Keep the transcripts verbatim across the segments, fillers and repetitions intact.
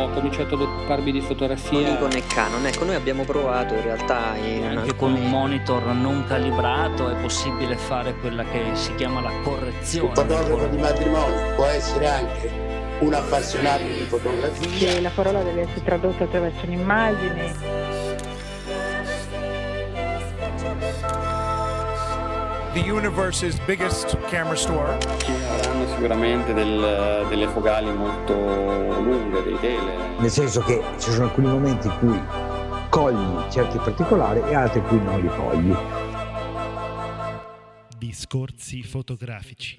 ho cominciato ad occuparmi di fotografia. Nikon e Canon, ecco, noi abbiamo provato in realtà in anche alcuni... con un monitor non calibrato è possibile fare quella che si chiama la correzione. Un fotografo di matrimonio può essere anche un appassionato di fotografia. Che la parola deve essere tradotta attraverso un'immagine. The universe's biggest camera store. Ci avranno sicuramente del, delle focali molto lunghe, dei tele. Nel senso che ci sono alcuni momenti in cui cogli certi particolari e altri in cui non li cogli. Discorsi fotografici.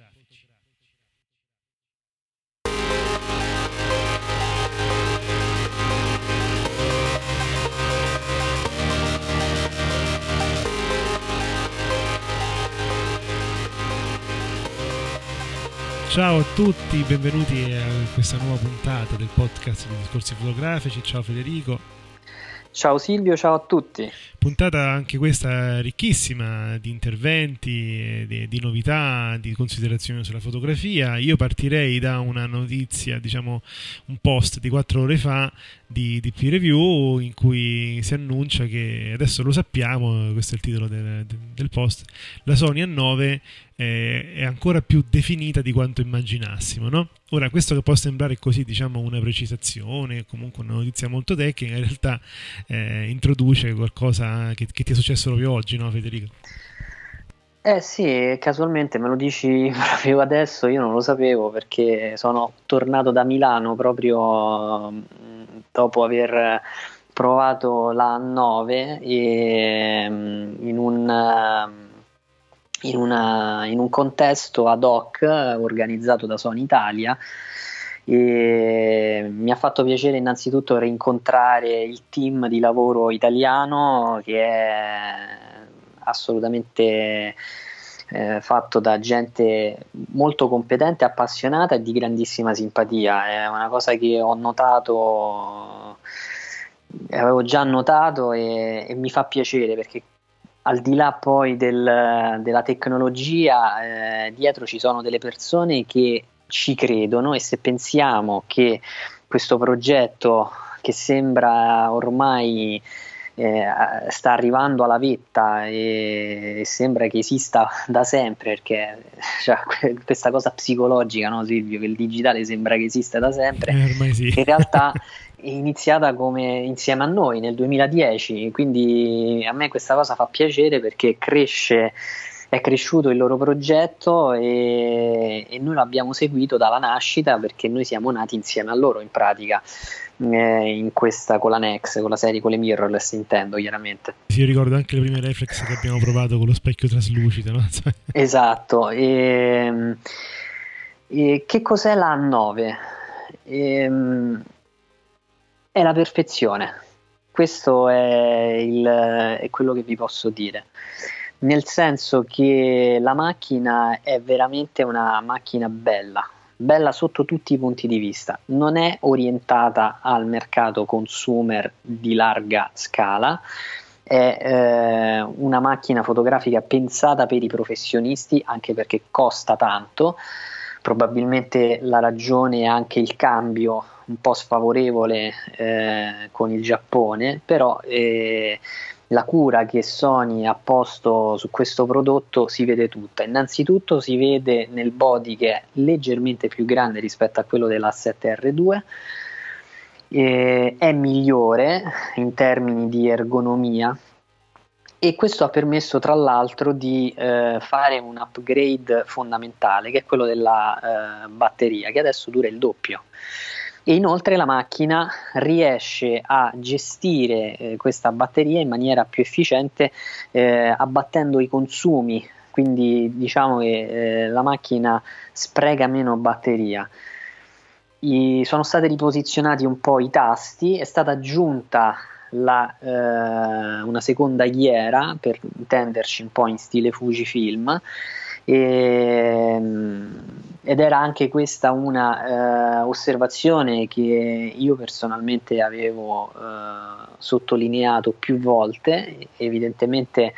Ciao a tutti, benvenuti a questa nuova puntata del podcast di Discorsi Fotografici. Ciao Federico. Ciao Silvio, ciao a tutti. Puntata anche questa ricchissima di interventi, di, di novità, di considerazioni sulla fotografia. Io partirei da una notizia, diciamo un post di quattro ore fa di D P Review in cui si annuncia che, adesso lo sappiamo, questo è il titolo del, del post, la Sony A nove eh, è ancora più definita di quanto immaginassimo, no? Ora, questo che può sembrare così, diciamo, una precisazione, comunque una notizia molto tecnica, in realtà eh, introduce qualcosa che, che ti è successo proprio oggi, no Federico? Eh sì, casualmente me lo dici proprio adesso, io non lo sapevo perché sono tornato da Milano proprio dopo aver provato la A nove e in un, in, una, in un contesto ad hoc organizzato da Sony Italia. E mi ha fatto piacere innanzitutto rincontrare il team di lavoro italiano che è assolutamente eh, fatto da gente molto competente, appassionata e di grandissima simpatia. È una cosa che ho notato, avevo già notato e, e mi fa piacere perché al di là poi del, della tecnologia, eh, dietro ci sono delle persone che ci credono, e se pensiamo che questo progetto che sembra ormai eh, sta arrivando alla vetta e, e sembra che esista da sempre, perché cioè, questa cosa psicologica, no Silvio, che il digitale sembra che esista da sempre, eh, ormai sì. In realtà è iniziata come insieme a noi nel duemiladieci, quindi a me questa cosa fa piacere perché cresce, è cresciuto il loro progetto e, e noi l'abbiamo seguito dalla nascita perché noi siamo nati insieme a loro in pratica, eh, in questa con la Nex, con la serie, con le mirrorless intendo chiaramente. Sì, io ricordo anche le prime reflex che abbiamo provato con lo specchio traslucido, no? Esatto. E, e che cos'è la A nove? E, è la perfezione, questo è, il, è quello che vi posso dire. Nel senso che la macchina è veramente una macchina bella, bella sotto tutti i punti di vista. Non è orientata al mercato consumer di larga scala, è eh, una macchina fotografica pensata per i professionisti, anche perché costa tanto. Probabilmente la ragione è anche il cambio un po' sfavorevole eh, con il Giappone, però eh, la cura che Sony ha posto su questo prodotto si vede tutta. Innanzitutto si vede nel body che è leggermente più grande rispetto a quello della A sette R due, eh, è migliore in termini di ergonomia e questo ha permesso tra l'altro di eh, fare un upgrade fondamentale che è quello della eh, batteria, che adesso dura il doppio. E inoltre la macchina riesce a gestire eh, questa batteria in maniera più efficiente, eh, abbattendo i consumi, quindi diciamo che eh, la macchina spreca meno batteria. I, sono stati riposizionati un po' i tasti, è stata aggiunta la, eh, una seconda ghiera, per intenderci un po' in stile Fujifilm, e, ed era anche questa una uh, osservazione che io personalmente avevo uh, sottolineato più volte. Evidentemente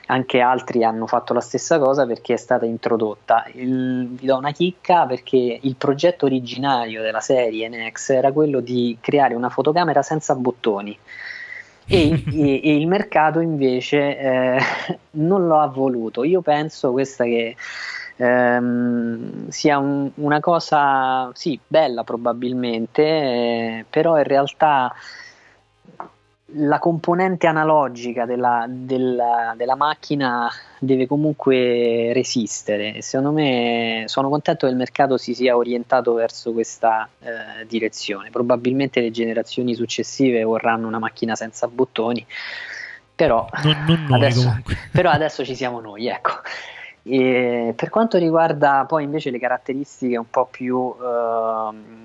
anche altri hanno fatto la stessa cosa perché è stata introdotta. Il, vi do una chicca, perché il progetto originario della serie N X era quello di creare una fotocamera senza bottoni e, e, e il mercato invece eh, non lo ha voluto. Io penso questa che ehm, sia un, una cosa sì bella probabilmente, eh, però in realtà la componente analogica della, della, della macchina deve comunque resistere. Secondo me, sono contento che il mercato si sia orientato verso questa eh, direzione. Probabilmente le generazioni successive vorranno una macchina senza bottoni, però, non, non noi, adesso, però adesso ci siamo noi, ecco. E per quanto riguarda poi invece le caratteristiche un po' più eh,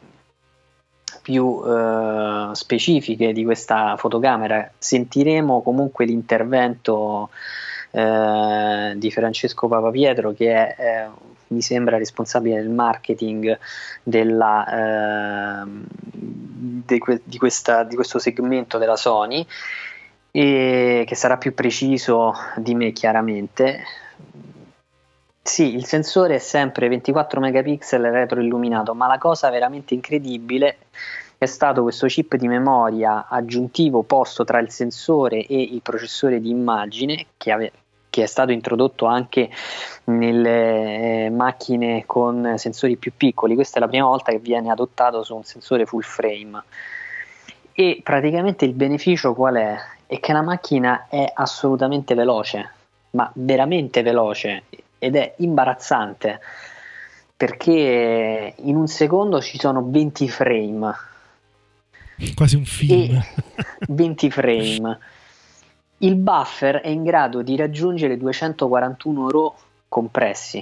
più eh, specifiche di questa fotocamera, sentiremo comunque l'intervento eh, di Francesco Papapietro, che è eh, mi sembra responsabile del marketing della, eh, di, que- di, questa, di questo segmento della Sony, e che sarà più preciso di me chiaramente. Sì, il sensore è sempre ventiquattro megapixel retroilluminato, ma la cosa veramente incredibile è stato questo chip di memoria aggiuntivo posto tra il sensore e il processore di immagine, che, ave- che è stato introdotto anche nelle eh, macchine con sensori più piccoli. Questa è la prima volta che viene adottato su un sensore full frame. E praticamente il beneficio qual è? È che la macchina è assolutamente veloce, ma veramente veloce, ed è imbarazzante perché in un secondo ci sono venti frame, quasi un film. venti frame. Il buffer è in grado di raggiungere duecentoquarantuno RAW compressi,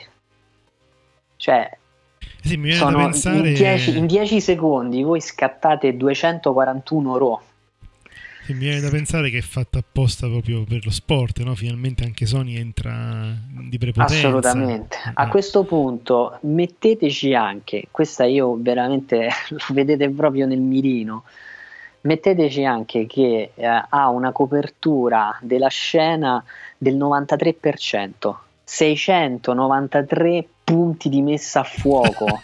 cioè sì, mi viene sono da pensare... in dieci secondi voi scattate duecentoquarantuno RAW. Sì, mi viene da pensare che è fatta apposta proprio per lo sport, no? Finalmente anche Sony entra di prepotenza. Assolutamente. A eh. questo punto metteteci anche, questa io veramente lo vedete proprio nel mirino, metteteci anche che eh, ha una copertura della scena del novantatré per cento, seicentonovantatré punti di messa a fuoco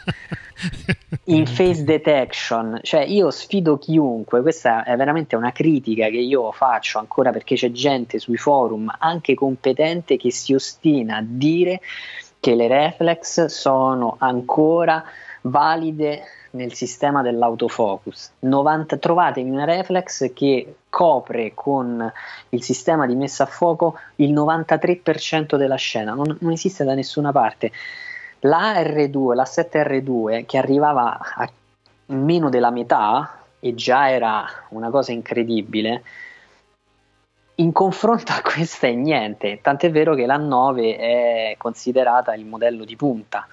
in face detection. Cioè io sfido chiunque, questa è veramente una critica che io faccio ancora, perché c'è gente sui forum anche competente che si ostina a dire che le reflex sono ancora valide nel sistema dell'autofocus. novanta trovatemi una reflex che copre con il sistema di messa a fuoco il novantatré per cento della scena, non, non esiste da nessuna parte. La A R due, la sette R due, che arrivava a meno della metà e già era una cosa incredibile, in confronto a questa è niente, tant'è vero che l'A nove è considerata il modello di punta.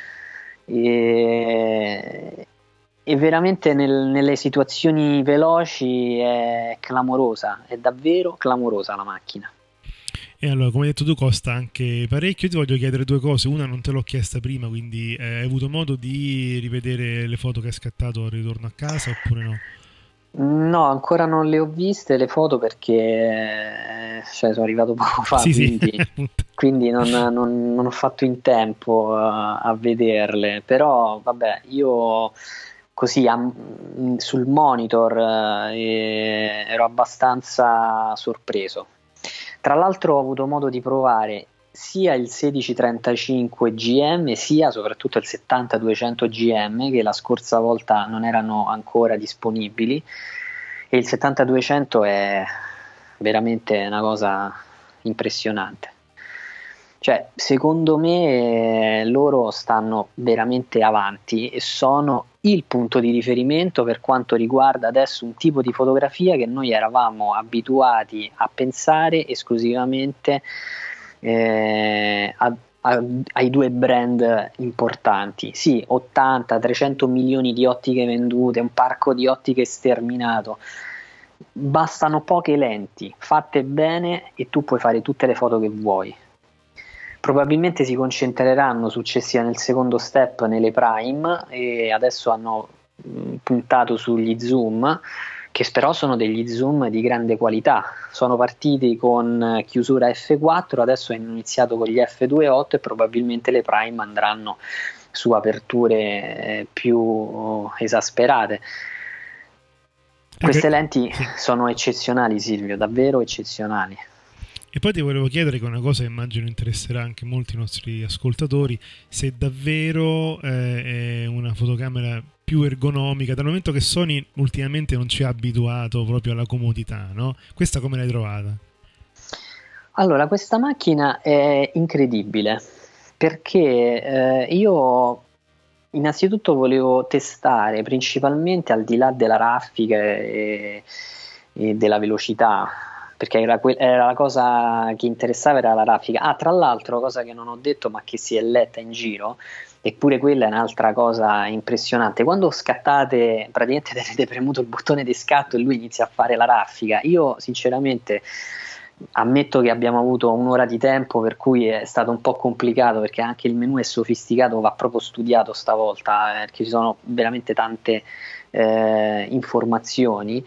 E, e veramente nel, nelle situazioni veloci è clamorosa, è davvero clamorosa la macchina. E allora, come hai detto tu, costa anche parecchio. Io ti voglio chiedere due cose. Una non te l'ho chiesta prima, quindi eh, hai avuto modo di rivedere le foto che hai scattato al ritorno a casa oppure no? No, ancora non le ho viste le foto perché cioè, sono arrivato poco fa, sì, quindi, sì. quindi non, non, non ho fatto in tempo a, a vederle. Però vabbè, io così a, sul monitor eh, ero abbastanza sorpreso. Tra l'altro ho avuto modo di provare sia il sedici trentacinque G M sia soprattutto il settanta duecento G M, che la scorsa volta non erano ancora disponibili, e il settanta duecento è veramente una cosa impressionante. Cioè, secondo me loro stanno veramente avanti e sono il punto di riferimento per quanto riguarda adesso un tipo di fotografia che noi eravamo abituati a pensare esclusivamente eh, a, a, ai due brand importanti. Sì, ottanta trecento milioni di ottiche vendute, un parco di ottiche sterminato. Bastano poche lenti fatte bene e tu puoi fare tutte le foto che vuoi. Probabilmente si concentreranno successiva nel secondo step nelle prime, e adesso hanno mh, puntato sugli zoom, che però sono degli zoom di grande qualità. Sono partiti con chiusura effe quattro, adesso hanno iniziato con gli effe due punto otto e probabilmente le prime andranno su aperture eh, più esasperate. Queste lenti sono eccezionali, Silvio, davvero eccezionali. E poi ti volevo chiedere, che è una cosa che immagino interesserà anche molti nostri ascoltatori, se davvero eh, è una fotocamera più ergonomica, dal momento che Sony ultimamente non ci ha abituato proprio alla comodità, no? Questa come l'hai trovata? Allora, questa macchina è incredibile, perché eh, io innanzitutto volevo testare, principalmente al di là della raffica e, e della velocità, perché era, que- era la cosa che interessava, era la raffica. Ah, tra l'altro, cosa che non ho detto ma che si è letta in giro, eppure quella è un'altra cosa impressionante: quando scattate, praticamente tenete premuto il bottone di scatto e lui inizia a fare la raffica. Io sinceramente ammetto che abbiamo avuto un'ora di tempo, per cui è stato un po' complicato, perché anche il menu è sofisticato, va proprio studiato stavolta, perché ci sono veramente tante eh, informazioni.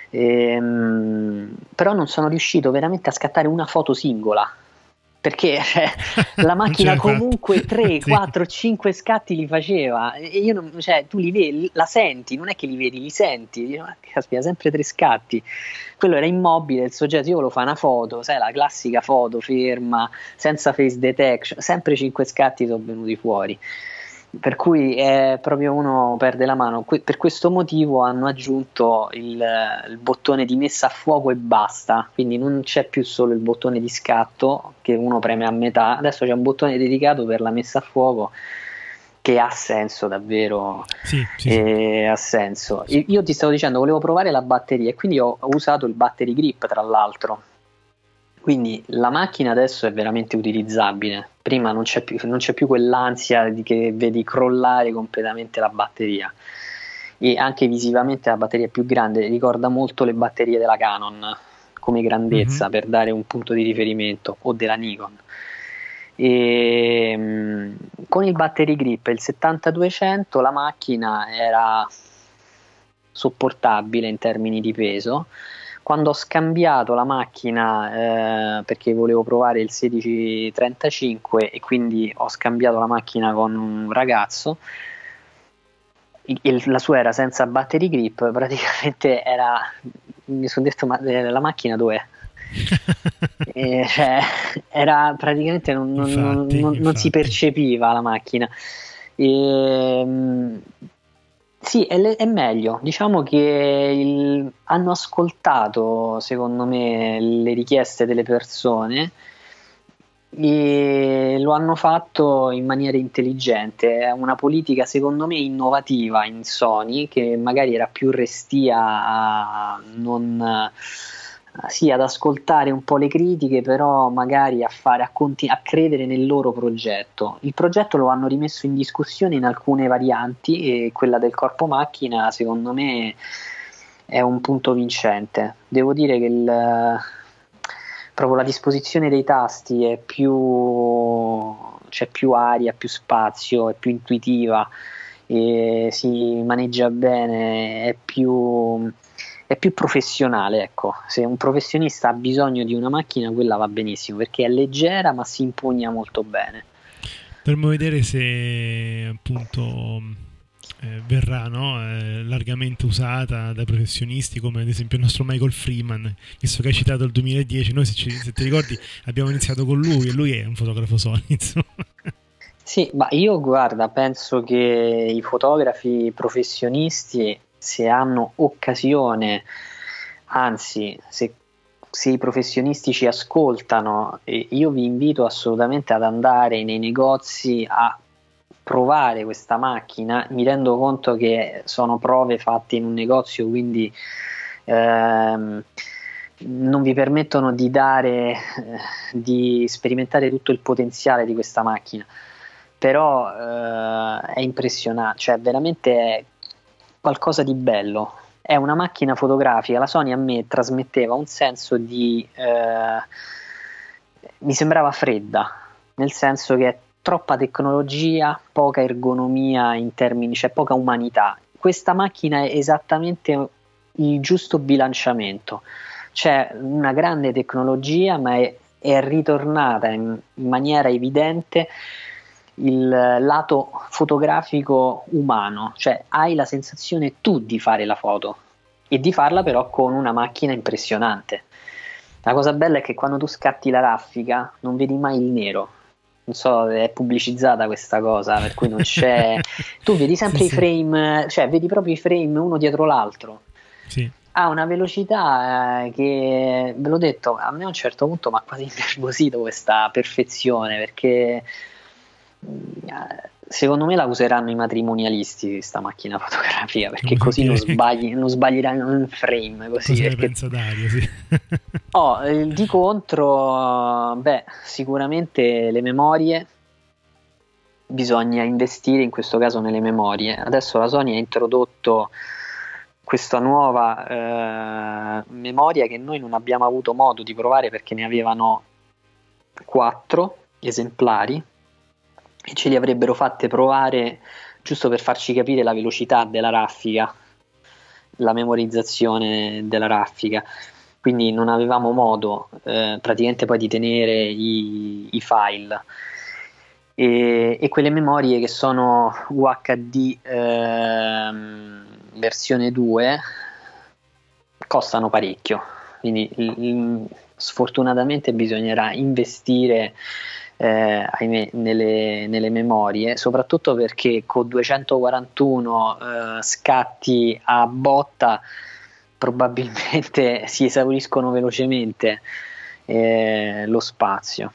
Ehm, però non sono riuscito veramente a scattare una foto singola, perché cioè, la macchina comunque tre, quattro, cinque scatti li faceva, e io non, cioè, tu li vedi, la senti, non è che li vedi, li senti, dici, ma caspita, sempre tre scatti. Quello era immobile, il soggetto, io volevo fare una foto, sai, la classica foto ferma, senza face detection, sempre cinque scatti sono venuti fuori. Per cui è proprio, uno perde la mano. Que- per questo motivo hanno aggiunto il, il bottone di messa a fuoco e basta, quindi non c'è più solo il bottone di scatto che uno preme a metà, adesso c'è un bottone dedicato per la messa a fuoco, che ha senso davvero. Sì, sì, eh, ha senso. Io ti stavo dicendo, volevo provare la batteria e quindi ho, ho usato il battery grip, tra l'altro. Quindi la macchina adesso è veramente utilizzabile. Prima non c'è più, non c'è più quell'ansia di che vedi crollare completamente la batteria, e anche visivamente la batteria è più grande, ricorda molto le batterie della Canon come grandezza, mm-hmm. per dare un punto di riferimento, o della Nikon. E, mh, con il battery grip il settantaduecento la macchina era sopportabile in termini di peso. Quando ho scambiato la macchina, eh, perché volevo provare il sedici trentacinque e quindi ho scambiato la macchina con un ragazzo, il, la sua era senza battery grip, praticamente era, mi sono detto, ma la macchina dov'è? e, cioè, era praticamente non, non, infatti, non, non si percepiva la macchina. E, sì, è, è meglio, diciamo che il, hanno ascoltato secondo me le richieste delle persone e lo hanno fatto in maniera intelligente. È una politica secondo me innovativa in Sony, che magari era più restia a non... sì, ad ascoltare un po' le critiche, però magari a fare a, continu- a credere nel loro progetto. Il progetto lo hanno rimesso in discussione in alcune varianti, e quella del corpo macchina secondo me è un punto vincente. Devo dire che il, proprio la disposizione dei tasti è più, c'è più aria, più spazio, è più intuitiva, e si maneggia bene, è più è più professionale, ecco. Se un professionista ha bisogno di una macchina, quella va benissimo, perché è leggera ma si impugna molto bene. Dovremmo vedere se appunto eh, verrà, no? eh, largamente usata dai professionisti, come ad esempio il nostro Michael Freeman, visto che hai citato il duemiladieci. Noi, se, ci, se ti ricordi, abbiamo iniziato con lui, e lui è un fotografo Sony, insomma. Sì, ma io guarda, penso che i fotografi professionisti, se hanno occasione, anzi se, se i professionisti ci ascoltano, eh, io vi invito assolutamente ad andare nei negozi a provare questa macchina. Mi rendo conto che sono prove fatte in un negozio, quindi ehm, non vi permettono di dare, eh, di sperimentare tutto il potenziale di questa macchina, però eh, è impressionante, cioè veramente è qualcosa di bello. È una macchina fotografica. La Sony a me trasmetteva un senso di eh, mi sembrava fredda, nel senso che è troppa tecnologia, poca ergonomia in termini, c'è cioè poca umanità. Questa macchina è esattamente il giusto bilanciamento. C'è una grande tecnologia, ma è, è ritornata in, in maniera evidente il lato fotografico umano, cioè hai la sensazione tu di fare la foto e di farla però con una macchina impressionante. La cosa bella è che quando tu scatti la raffica non vedi mai il nero. Non so, è pubblicizzata questa cosa, per cui non c'è. Tu vedi sempre sì, i frame, sì. Cioè vedi proprio i frame uno dietro l'altro. Sì. Ha una velocità eh, che, ve l'ho detto, a me a un certo punto mi ha quasi innervosito questa perfezione, perché eh, secondo me la useranno i matrimonialisti questa macchina fotografica, perché non così non, sbagli, non sbaglieranno un frame. Così, cosa perché... ne pensa Dario? Sì. Oh, eh, di contro, beh, sicuramente le memorie, bisogna investire in questo caso nelle memorie. Adesso la Sony ha introdotto questa nuova eh, memoria che noi non abbiamo avuto modo di provare perché ne avevano quattro esemplari e ce li avrebbero fatte provare giusto per farci capire la velocità della raffica, la memorizzazione della raffica. Quindi non avevamo modo eh, praticamente poi di tenere i, i file e, e quelle memorie che sono U H D ehm, versione due costano parecchio, quindi il, il, sfortunatamente bisognerà investire eh, ahimè, nelle, nelle memorie, soprattutto perché con duecentoquarantuno eh, scatti a botta probabilmente si esauriscono velocemente eh, lo spazio.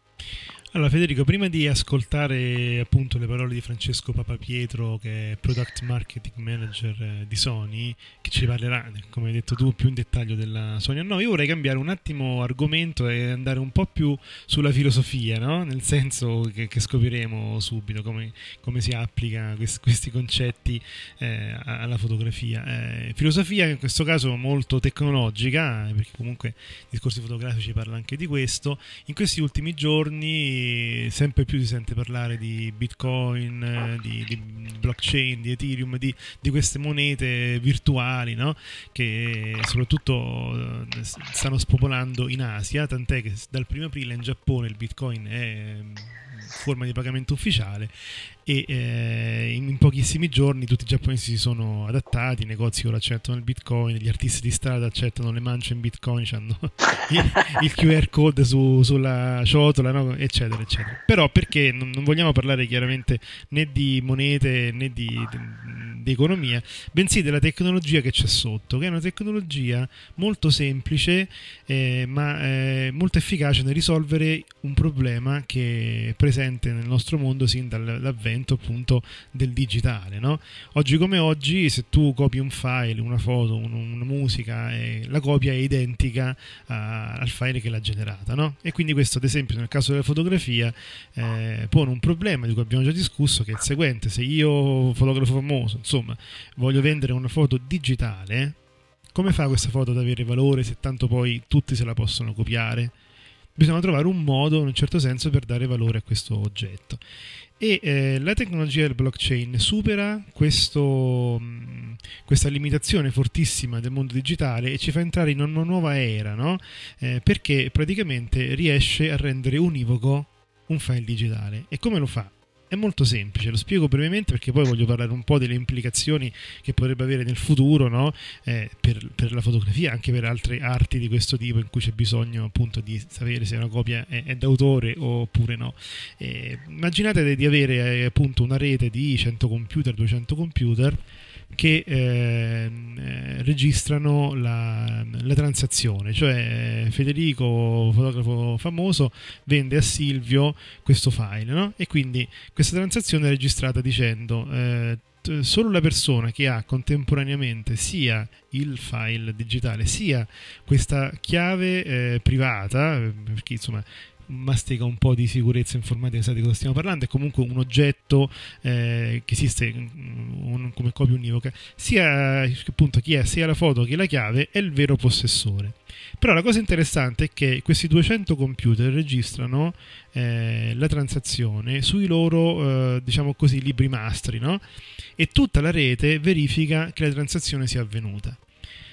Allora Federico, prima di ascoltare appunto le parole di Francesco Papapietro, che è Product Marketing Manager di Sony, che ci parlerà, come hai detto tu, più in dettaglio della Sony A nove, io vorrei cambiare un attimo argomento e andare un po' più sulla filosofia, no? Nel senso che, che scopriremo subito come, come si applica quest, questi concetti eh, alla fotografia. Eh, filosofia in questo caso molto tecnologica, perché comunque i discorsi fotografici parla anche di questo. In questi ultimi giorni sempre più si sente parlare di Bitcoin, di, di blockchain, di Ethereum, di, di queste monete virtuali, no? Che soprattutto stanno spopolando in Asia, tant'è che dal primo aprile in Giappone il Bitcoin è forma di pagamento ufficiale e eh, in pochissimi giorni tutti i giapponesi si sono adattati, i negozi ora accettano il Bitcoin, gli artisti di strada accettano le mance in Bitcoin, hanno il, il Q R code su, sulla ciotola, no? eccetera eccetera. Però perché non, non vogliamo parlare chiaramente né di monete né di, di, di economia, bensì della tecnologia che c'è sotto, che è una tecnologia molto semplice eh, ma eh, molto efficace nel risolvere un problema che è presente nel nostro mondo sin dall'avvento appunto del digitale, no? Oggi come oggi, se tu copi un file, una foto, un, una musica, eh, la copia è identica a, al file che l'ha generata, no? E quindi questo, ad esempio, nel caso della fotografia eh, pone un problema di cui abbiamo già discusso, che è il seguente: se io, fotografo famoso, insomma, voglio vendere una foto digitale, come fa questa foto ad avere valore se tanto poi tutti se la possono copiare? Bisogna trovare un modo, in un certo senso, per dare valore a questo oggetto. E eh, la tecnologia del blockchain supera questo, mh, questa limitazione fortissima del mondo digitale e ci fa entrare in una nuova era, no? Eh, perché praticamente riesce a rendere univoco un file digitale. E come lo fa? È molto semplice, lo spiego brevemente perché poi voglio parlare un po' delle implicazioni che potrebbe avere nel futuro, no? eh, per, per la fotografia, anche per altre arti di questo tipo in cui c'è bisogno appunto di sapere se una copia è, è d'autore oppure no. Eh, immaginate di avere eh, appunto una rete di cento computer, duecento computer che eh, eh, registrano la, la transazione, cioè Federico, fotografo famoso, vende a Silvio questo file, no? E quindi questa transazione è registrata dicendo eh, t- solo la persona che ha contemporaneamente sia il file digitale sia questa chiave eh, privata, perché insomma mastica un po' di sicurezza informatica, sa di cosa stiamo parlando, è comunque un oggetto eh, che esiste un, come copia univoca, sia appunto chi è sia la foto che la chiave è il vero possessore. Però la cosa interessante è che questi duecento computer registrano eh, la transazione sui loro eh, diciamo così libri mastri, no? E tutta la rete verifica che la transazione sia avvenuta.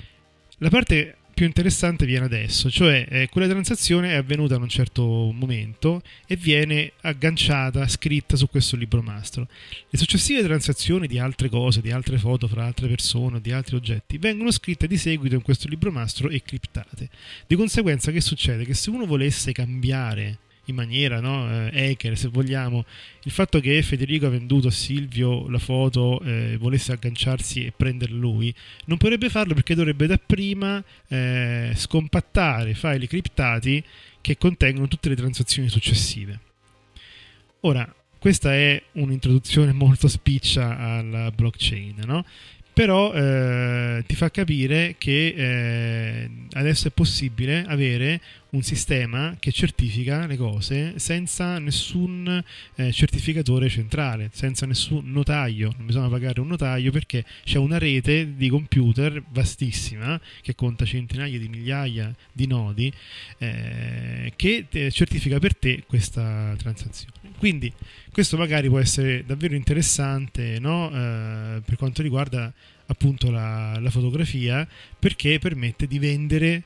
La parte più interessante viene adesso, cioè eh, quella transazione è avvenuta in un certo momento e viene agganciata, scritta su questo libro mastro. Le successive transazioni di altre cose, di altre foto fra altre persone, di altri oggetti, vengono scritte di seguito in questo libro mastro e criptate. Di conseguenza che succede? Che se uno volesse cambiare in maniera, no, eh, hacker, se vogliamo, il fatto che Federico ha venduto a Silvio la foto, eh, volesse agganciarsi e prenderla lui, non potrebbe farlo perché dovrebbe dapprima eh, scompattare file criptati che contengono tutte le transazioni successive. Ora, questa è un'introduzione molto spiccia alla blockchain, no? Però eh, ti fa capire che eh, adesso è possibile avere un sistema che certifica le cose senza nessun eh, certificatore centrale, senza nessun notaio. Non bisogna pagare un notaio perché c'è una rete di computer vastissima che conta centinaia di migliaia di nodi eh, che te certifica per te questa transazione. Quindi questo magari può essere davvero interessante, no? eh, per quanto riguarda appunto la, la fotografia, perché permette di vendere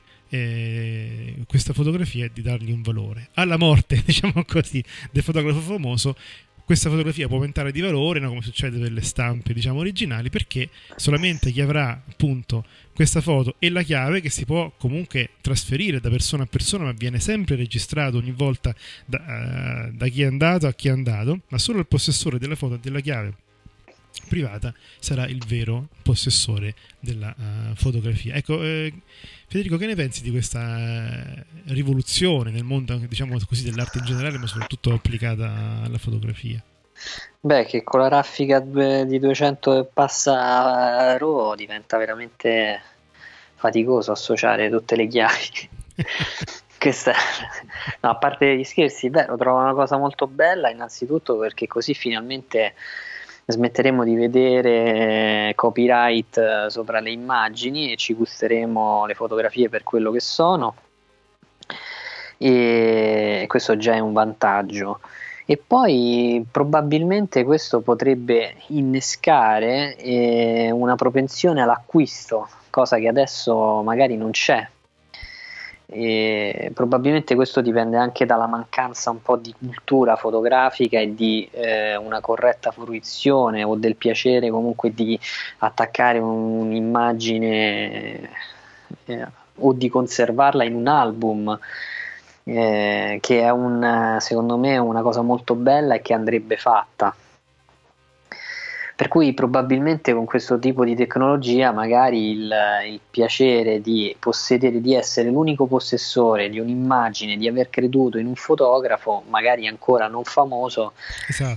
eh, questa fotografia e di dargli un valore. Alla morte, diciamo così, del fotografo famoso, questa fotografia può aumentare di valore, no? Come succede per le stampe, diciamo, originali, perché solamente chi avrà appunto questa foto e la chiave, che si può comunque trasferire da persona a persona, ma viene sempre registrato ogni volta da, uh, da chi è andato a chi è andato, ma solo il possessore della foto e della chiave privata sarà il vero possessore della uh, fotografia. Ecco, eh, Federico, che ne pensi di questa rivoluzione nel mondo, diciamo così, dell'arte in generale, ma soprattutto applicata alla fotografia? Beh, che con la raffica di duecento e passa RAW diventa veramente faticoso associare tutte le chiavi. Questa, no, a parte gli scherzi, beh, lo trovo una cosa molto bella, innanzitutto perché così finalmente smetteremo di vedere copyright sopra le immagini e ci gusteremo le fotografie per quello che sono, e questo già è un vantaggio. E poi probabilmente questo potrebbe innescare eh, una propensione all'acquisto, cosa che adesso magari non c'è. E probabilmente questo dipende anche dalla mancanza un po' di cultura fotografica e di eh, una corretta fruizione, o del piacere comunque di attaccare un'immagine eh, o di conservarla in un album, eh, che è un, secondo me una cosa molto bella e che andrebbe fatta. Per cui probabilmente con questo tipo di tecnologia magari il, il piacere di possedere, di essere l'unico possessore di un'immagine, di aver creduto in un fotografo magari ancora non famoso, esatto,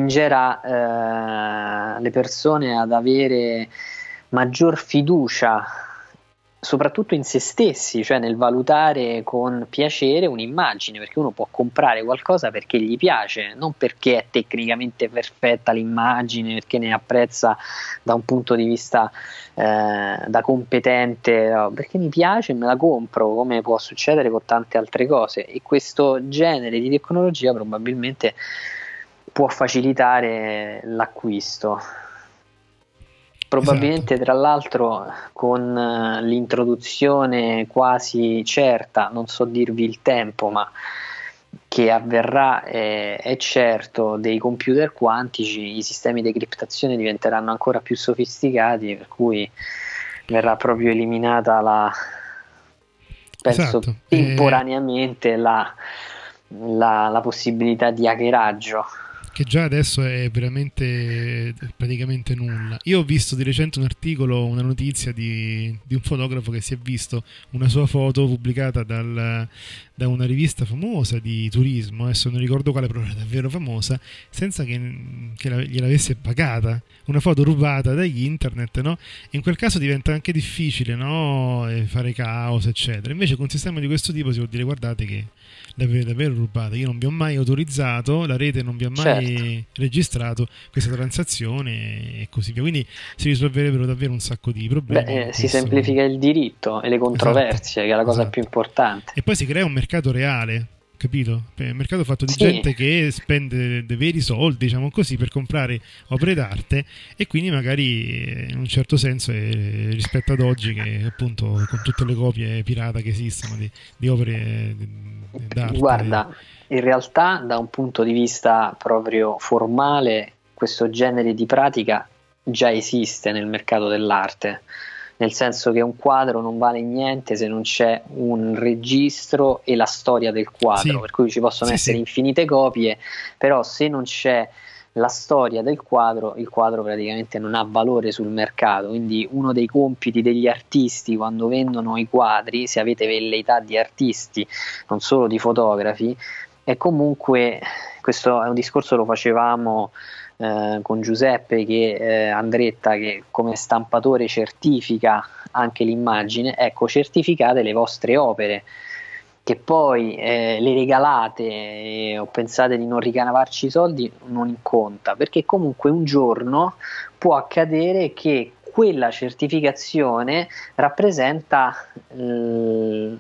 spingerà eh, le persone ad avere maggior fiducia soprattutto in se stessi, cioè nel valutare con piacere un'immagine, perché uno può comprare qualcosa perché gli piace, non perché è tecnicamente perfetta l'immagine, perché ne apprezza da un punto di vista eh, da competente, no, perché mi piace e me la compro, come può succedere con tante altre cose. E questo genere di tecnologia probabilmente può facilitare l'acquisto. Probabilmente, esatto, tra l'altro con uh, l'introduzione quasi certa, non so dirvi il tempo, ma che avverrà eh, è certo, dei computer quantici, i sistemi di criptazione diventeranno ancora più sofisticati, per cui verrà proprio eliminata la, penso, esatto, temporaneamente eh... la, la, la possibilità di hackeraggio, che già adesso è veramente praticamente nulla. Io ho visto di recente un articolo, una notizia di, di un fotografo che si è visto una sua foto pubblicata dal, da una rivista famosa di turismo, adesso non ricordo quale, però era davvero famosa, senza che, che la, gliel'avesse pagata, una foto rubata dagli internet, no? E in quel caso diventa anche difficile, no? Fare caos, eccetera. Invece con un sistema di questo tipo si può dire: guardate che l'avete davvero rubata, io non vi ho mai autorizzato, la rete non vi ha mai, certo, registrato questa transazione e così via. Quindi si risolverebbero davvero un sacco di problemi. Beh, eh, si semplifica il diritto e le controversie, esatto, che è la cosa, esatto, più importante. E poi si crea un mercato reale, capito? Il mercato fatto di Sì. gente che spende dei veri soldi, diciamo così, per comprare opere d'arte, e quindi magari eh, in un certo senso eh, rispetto ad oggi, che appunto con tutte le copie pirata che esistono di, di opere eh, d'arte. Guarda, in realtà da un punto di vista proprio formale questo genere di pratica già esiste nel mercato dell'arte, nel senso che un quadro non vale niente se non c'è un registro e la storia del quadro, Sì. per cui ci possono Sì, essere sì. infinite copie, però se non c'è la storia del quadro, il quadro praticamente non ha valore sul mercato. Quindi uno dei compiti degli artisti quando vendono i quadri, se avete velleità di artisti, non solo di fotografi, è comunque, questo è un discorso lo facevamo eh, con Giuseppe che eh, Andretta, che come stampatore certifica anche l'immagine, ecco, certificate le vostre opere, che poi eh, le regalate eh, o pensate di non ricavarci i soldi, non conta, perché comunque un giorno può accadere che quella certificazione rappresenta eh,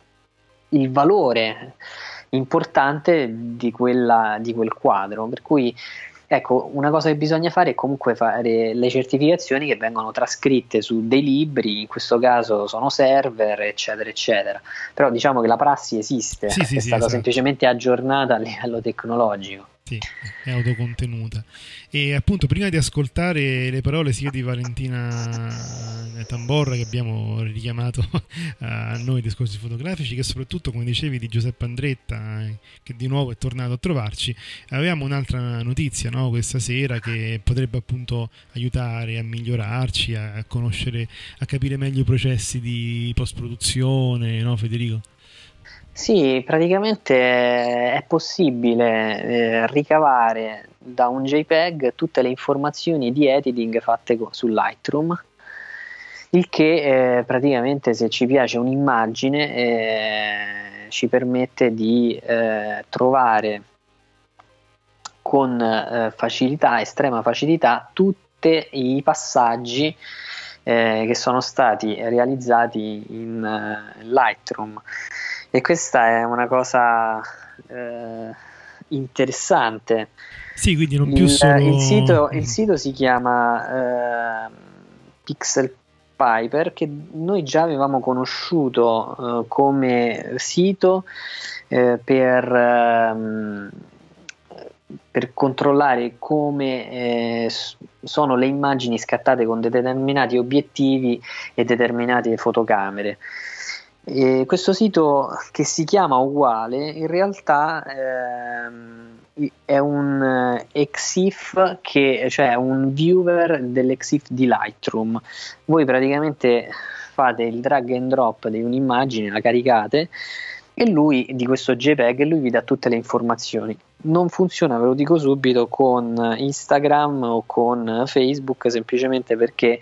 il valore importante di, quella, di quel quadro, per cui ecco, una cosa che bisogna fare è comunque fare le certificazioni che vengono trascritte su dei libri, in questo caso sono server, eccetera eccetera, però diciamo che la prassi esiste, Sì, sì, è sì, stata esatto. semplicemente aggiornata a livello tecnologico. Sì, è autocontenuta. E appunto, prima di ascoltare le parole sia di Valentina Tamborra, che abbiamo richiamato a noi discorsi fotografici, che soprattutto, come dicevi, di Giuseppe Andretta, che di nuovo è tornato a trovarci, avevamo un'altra notizia, no, questa sera, che potrebbe appunto aiutare a migliorarci, a conoscere, a capire meglio i processi di post-produzione, no, Federico? Sì, praticamente è possibile eh, ricavare da un JPEG tutte le informazioni di editing fatte co- su Lightroom, il che eh, praticamente, se ci piace un'immagine, eh, ci permette di eh, trovare con eh, facilità, estrema facilità, tutti i passaggi eh, che sono stati realizzati in uh, Lightroom. E questa è una cosa eh, interessante. Sì, quindi non più il, solo... il, sito, il sito si chiama eh, Pixel Piper, che noi già avevamo conosciuto eh, come sito eh, per, ehm, per controllare come eh, sono le immagini scattate con determinati obiettivi e determinate fotocamere. E questo sito, che si chiama uguale, in realtà ehm, è un E X I F, che, cioè un viewer dell'E X I F di Lightroom. Voi praticamente fate il drag and drop di un'immagine, la caricate, e lui, di questo JPEG, e lui vi dà tutte le informazioni. Non funziona, ve lo dico subito, con Instagram o con Facebook, semplicemente perché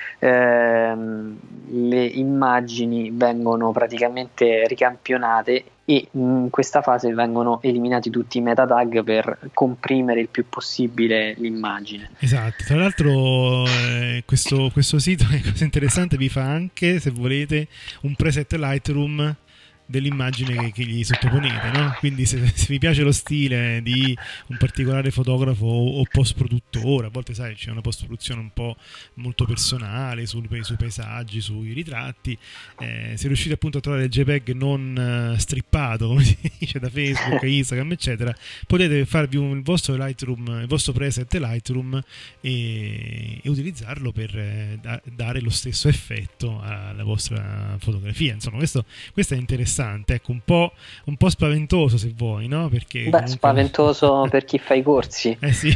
ehm, le immagini vengono praticamente ricampionate e in questa fase vengono eliminati tutti i meta tag per comprimere il più possibile l'immagine. Esatto, tra l'altro eh, questo, questo sito, è cosa interessante, vi fa anche, se volete, un preset Lightroom dell'immagine che, che gli sottoponete, no? Quindi se, se vi piace lo stile di un particolare fotografo o, o post produttore, a volte sai c'è una post produzione un po' molto personale sui, sui paesaggi, sui ritratti, eh, se riuscite appunto a trovare il JPEG non uh, strippato, come si dice, da Facebook, Instagram eccetera, potete farvi un, il vostro Lightroom, il vostro preset Lightroom e, e utilizzarlo per eh, da, dare lo stesso effetto alla vostra fotografia. Insomma, questo, questo è interessante. Ecco, un po', un po' spaventoso, se vuoi, no? Perché Beh, comunque... spaventoso per chi fa i corsi. Eh sì.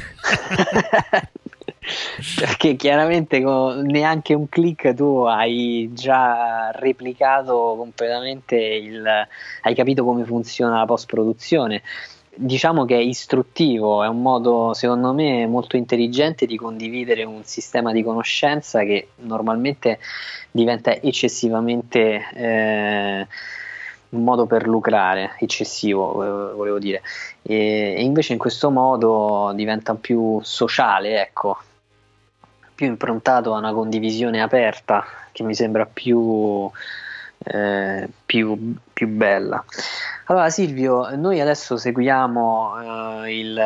Perché chiaramente con neanche un click tu hai già replicato completamente il... hai capito come funziona la post produzione. Diciamo che è istruttivo, è un modo secondo me molto intelligente di condividere un sistema di conoscenza che normalmente diventa eccessivamente eh, un modo per lucrare, eccessivo volevo dire, e, e invece in questo modo diventa più sociale, ecco, più improntato a una condivisione aperta, che mi sembra più eh, più, più bella. Allora Silvio, noi adesso seguiamo eh, il,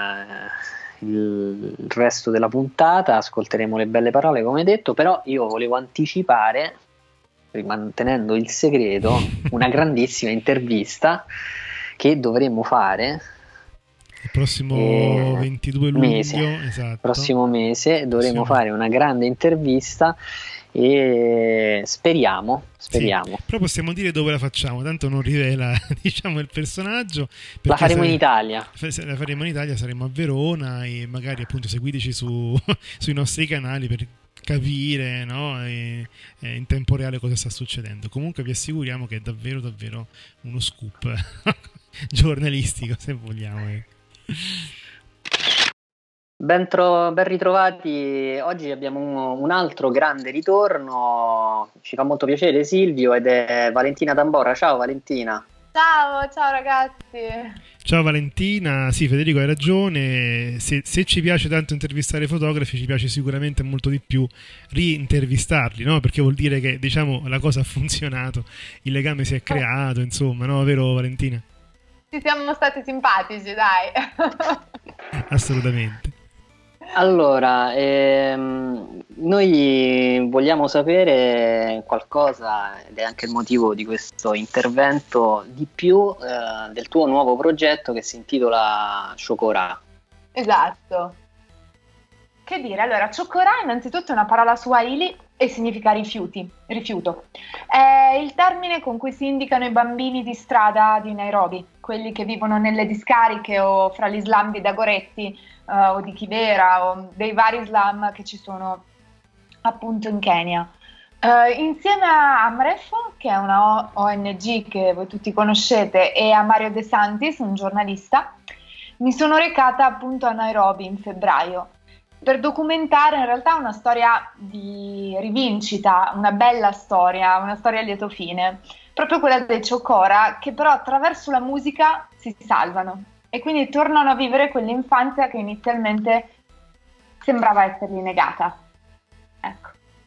il, il resto della puntata, ascolteremo le belle parole come detto, però io volevo anticipare, mantenendo il segreto, una grandissima intervista che dovremmo fare il prossimo eh, ventidue luglio, mese, esatto. prossimo mese dovremo sì. fare una grande intervista e speriamo, speriamo. Sì, però possiamo dire dove la facciamo, tanto non rivela diciamo il personaggio. La faremo sare- in Italia. La faremo in Italia, saremo a Verona e magari appunto seguiteci su, sui nostri canali per capire, no, e, e in tempo reale cosa sta succedendo. Comunque vi assicuriamo che è davvero davvero uno scoop giornalistico, se vogliamo. Eh. Ben, tro- ben ritrovati, oggi abbiamo un, un altro grande ritorno, ci fa molto piacere Silvio, ed è Valentina Tambora. Ciao Valentina. Ciao, ciao ragazzi. Ciao Valentina, sì, Federico hai ragione, se, se ci piace tanto intervistare fotografi ci piace sicuramente molto di più rintervistarli, no? Perché vuol dire che diciamo la cosa ha funzionato, il legame si è creato, insomma, no? Vero Valentina? Ci siamo stati simpatici, dai. Assolutamente. Allora, ehm, noi vogliamo sapere qualcosa, ed è anche il motivo di questo intervento, di più eh, del tuo nuovo progetto che si intitola Chocorà. Esatto. Che dire, allora, Chocorà innanzitutto è una parola swahili e significa rifiuti, rifiuto. È il termine con cui si indicano i bambini di strada di Nairobi, quelli che vivono nelle discariche o fra gli slam di Dagoretti uh, o di Kibera o dei vari slam che ci sono appunto in Kenya. Uh, insieme a Amref, che è una O N G che voi tutti conoscete, e a Mario De Santis, un giornalista, mi sono recata appunto a Nairobi in febbraio per documentare in realtà una storia di rivincita, una bella storia, una storia a lieto fine, proprio quella dei Chokora, che però attraverso la musica si salvano e quindi tornano a vivere quell'infanzia che inizialmente sembrava essergli negata. Ecco.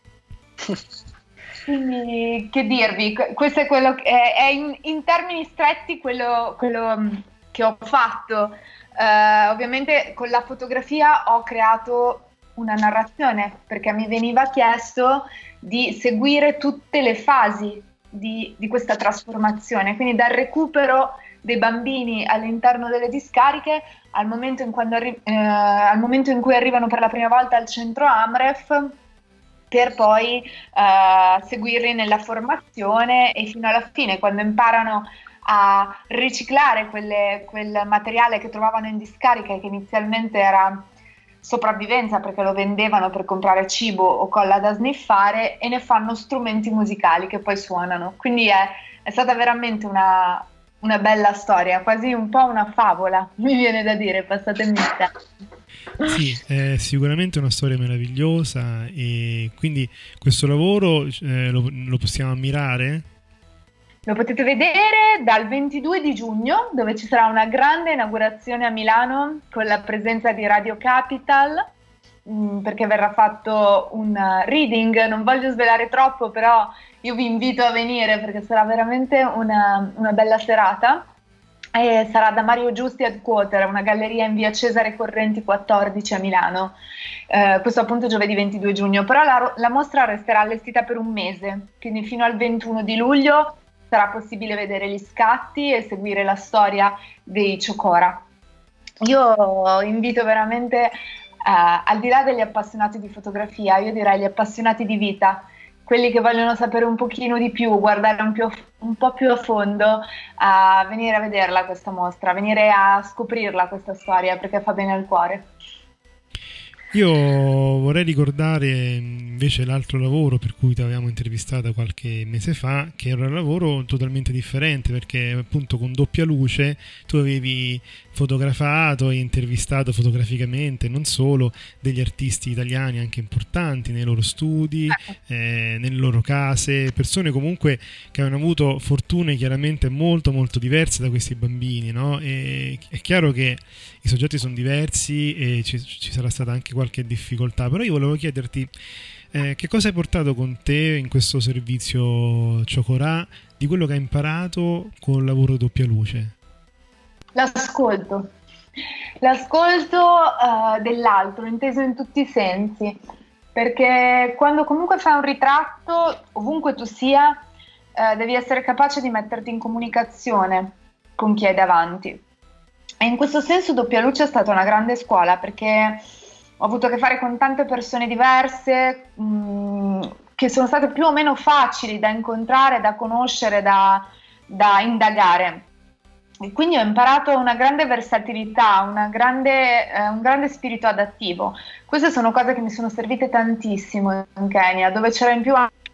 Quindi che dirvi, questo è quello che è, è in, in termini stretti quello, quello che ho fatto. Uh, ovviamente con la fotografia ho creato una narrazione, perché mi veniva chiesto di seguire tutte le fasi di, di questa trasformazione, quindi dal recupero dei bambini all'interno delle discariche al momento in, quando arri- eh, al momento in cui arrivano per la prima volta al centro Amref, per poi eh, seguirli nella formazione e fino alla fine, quando imparano a riciclare quelle, quel materiale che trovavano in discarica e che inizialmente era sopravvivenza perché lo vendevano per comprare cibo o colla da sniffare, e ne fanno strumenti musicali che poi suonano. Quindi è, è stata veramente una, una bella storia, quasi un po' una favola, mi viene da dire, passatemi il tempo. Sì, è sicuramente una storia meravigliosa, e quindi questo lavoro eh, lo, lo possiamo ammirare? Lo potete vedere dal ventidue di giugno, dove ci sarà una grande inaugurazione a Milano con la presenza di Radio Capital, mh, perché verrà fatto un reading. Non voglio svelare troppo, però io vi invito a venire perché sarà veramente una, una bella serata. E sarà da Mario Giusti Headquarter, una galleria in via Cesare Correnti quattordici a Milano. Eh, questo appunto giovedì ventidue giugno, però la, la mostra resterà allestita per un mese, quindi fino al ventuno di luglio sarà possibile vedere gli scatti e seguire la storia dei Chokora. Io invito veramente, uh, al di là degli appassionati di fotografia, io direi gli appassionati di vita, quelli che vogliono sapere un pochino di più, guardare un, più, un po' più a fondo, a venire a vederla questa mostra, venire a scoprirla questa storia, perché fa bene al cuore. Io vorrei ricordare invece l'altro lavoro per cui ti avevamo intervistata qualche mese fa, che era un lavoro totalmente differente, perché appunto con Doppia Luce tu avevi fotografato e intervistato fotograficamente non solo degli artisti italiani anche importanti nei loro studi, eh, nelle loro case, persone comunque che hanno avuto fortune chiaramente molto molto diverse da questi bambini, no? E è chiaro che i soggetti sono diversi e ci, ci sarà stata anche qualche difficoltà, però io volevo chiederti Eh, che cosa hai portato con te in questo servizio Ciocorà di quello che hai imparato col lavoro doppia luce? L'ascolto. L'ascolto uh, dell'altro, inteso in tutti i sensi, perché quando comunque fai un ritratto, ovunque tu sia, uh, devi essere capace di metterti in comunicazione con chi hai davanti. E in questo senso doppia luce è stata una grande scuola, perché ho avuto a che fare con tante persone diverse, mh, che sono state più o meno facili da incontrare, da conoscere, da, da indagare. E quindi ho imparato una grande versatilità, una grande, eh, un grande spirito adattivo. Queste sono cose che mi sono servite tantissimo in Kenya, dove c'era in più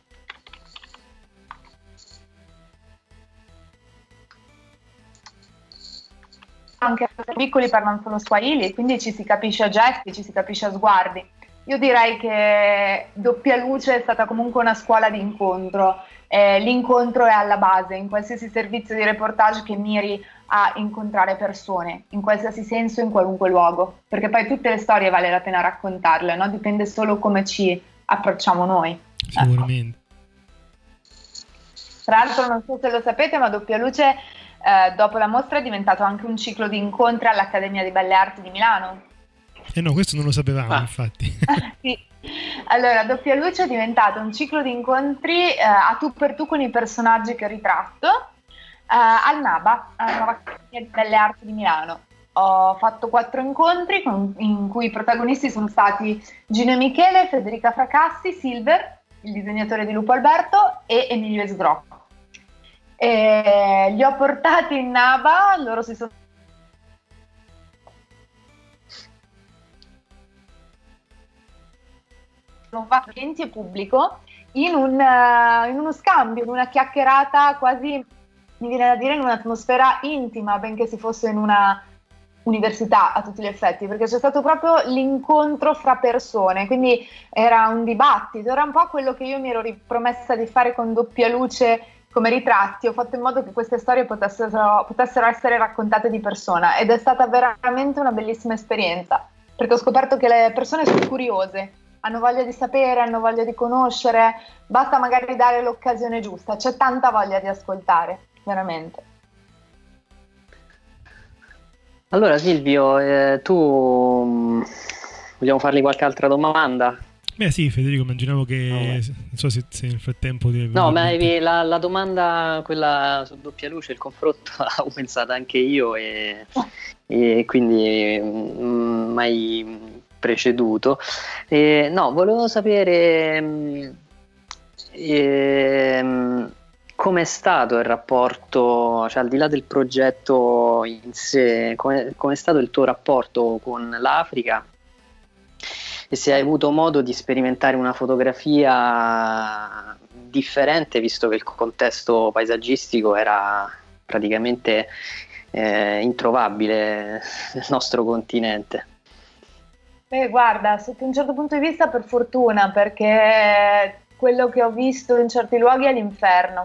anche i piccoli parlano solo Swahili, quindi ci si capisce a gesti, ci si capisce a sguardi. Io direi che doppia luce è stata comunque una scuola di incontro. Eh, l'incontro è alla base in qualsiasi servizio di reportage che miri a incontrare persone, in qualsiasi senso, in qualunque luogo, perché poi tutte le storie vale la pena raccontarle, no? Dipende solo come ci approcciamo noi. Sicuramente. Ecco. Tra l'altro non so se lo sapete, ma doppia luce eh, dopo la mostra è diventato anche un ciclo di incontri all'Accademia di Belle Arti di Milano. Eh no, questo non lo sapevamo, ah. infatti. Sì. Allora, doppia luce è diventato un ciclo di incontri eh, a tu per tu con i personaggi che ritratto eh, al NABA, alla Nuova Accademia di Belle Arti di Milano. Ho fatto quattro incontri con, in cui i protagonisti sono stati Gino e Michele, Federica Fracassi, Silver, il disegnatore di Lupo Alberto, e Emilio Esgrocco. E li ho portati in NABA, loro si sono clienti e pubblico in, un, uh, in uno scambio, in una chiacchierata quasi, mi viene da dire, in un'atmosfera intima, benché si fosse in una università a tutti gli effetti, perché c'è stato proprio l'incontro fra persone, quindi era un dibattito, era un po' quello che io mi ero ripromessa di fare con doppia luce come ritratti. Ho fatto in modo che queste storie potessero, potessero essere raccontate di persona, ed è stata veramente una bellissima esperienza, perché ho scoperto che le persone sono curiose, hanno voglia di sapere, hanno voglia di conoscere, basta magari dare l'occasione giusta, c'è tanta voglia di ascoltare, veramente. Allora Silvio, eh, tu mh, vogliamo fargli qualche altra domanda? Beh sì, Federico, immaginavo che, no, non so se, se nel frattempo... Ti no, ma la, la domanda, quella su doppia luce, il confronto, l'avevo pensata anche io e, e quindi mh, mai... preceduto. Eh, no, volevo sapere eh, com'è stato il rapporto, cioè al di là del progetto in sé, come è stato il tuo rapporto con l'Africa, e se hai avuto modo di sperimentare una fotografia differente, visto che il contesto paesaggistico era praticamente eh, introvabile nel nostro continente. Beh, guarda, sotto un certo punto di vista per fortuna, perché quello che ho visto in certi luoghi è l'inferno.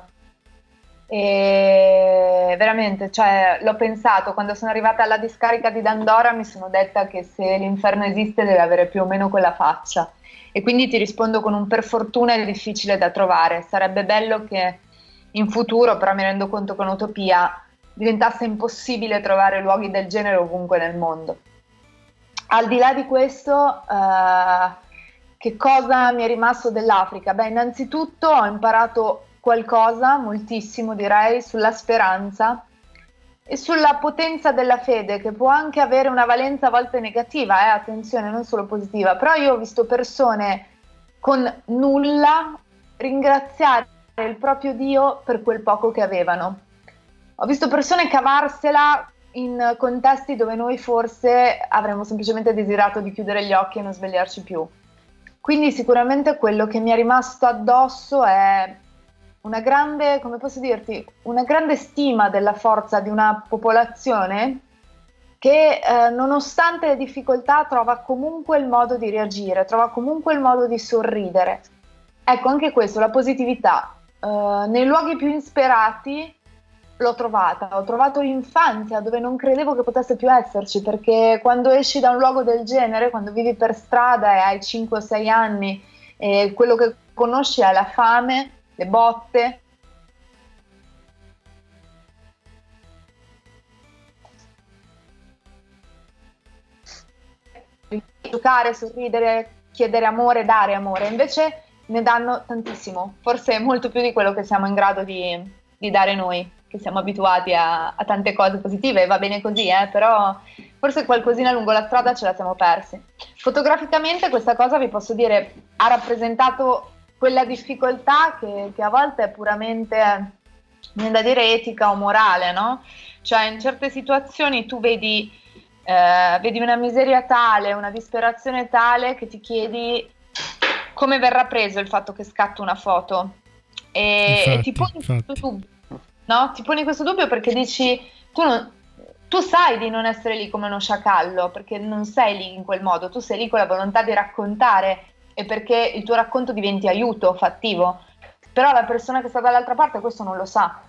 E veramente, cioè, l'ho pensato, quando sono arrivata alla discarica di Dandora mi sono detta che se l'inferno esiste deve avere più o meno quella faccia. E quindi ti rispondo con un per fortuna è difficile da trovare. Sarebbe bello che in futuro, però mi rendo conto che è un'utopia, diventasse impossibile trovare luoghi del genere ovunque nel mondo. Al di là di questo, eh, che cosa mi è rimasto dell'Africa? Beh, innanzitutto ho imparato qualcosa, moltissimo direi, sulla speranza e sulla potenza della fede, che può anche avere una valenza a volte negativa, eh, attenzione, non solo positiva, però io ho visto persone con nulla ringraziare il proprio Dio per quel poco che avevano. Ho visto persone cavarsela in contesti dove noi forse avremmo semplicemente desiderato di chiudere gli occhi e non svegliarci più. Quindi sicuramente quello che mi è rimasto addosso è una grande, come posso dirti, una grande stima della forza di una popolazione che eh, nonostante le difficoltà trova comunque il modo di reagire, trova comunque il modo di sorridere. Ecco, anche questo, la positività. Uh, nei luoghi più insperati l'ho trovata, ho trovato l'infanzia dove non credevo che potesse più esserci, perché quando esci da un luogo del genere, quando vivi per strada e hai cinque o sei anni e quello che conosci è la fame, le botte. Giocare, sorridere, chiedere amore, dare amore, invece ne danno tantissimo, forse molto più di quello che siamo in grado di, di dare noi, che siamo abituati a, a tante cose positive, e va bene così, eh, però forse qualcosina lungo la strada ce la siamo persi. Fotograficamente questa cosa, vi posso dire, ha rappresentato quella difficoltà che, che a volte è puramente, viene da dire, etica o morale, no? Cioè in certe situazioni tu vedi, eh, vedi una miseria tale, una disperazione tale che ti chiedi come verrà preso il fatto che scatto una foto, e, infatti, e ti poni infatti. questo dubbio, no? Ti poni questo dubbio perché dici tu, non, tu sai di non essere lì come uno sciacallo, perché non sei lì in quel modo, tu sei lì con la volontà di raccontare e perché il tuo racconto diventi aiuto fattivo, però la persona che sta dall'altra parte questo non lo sa,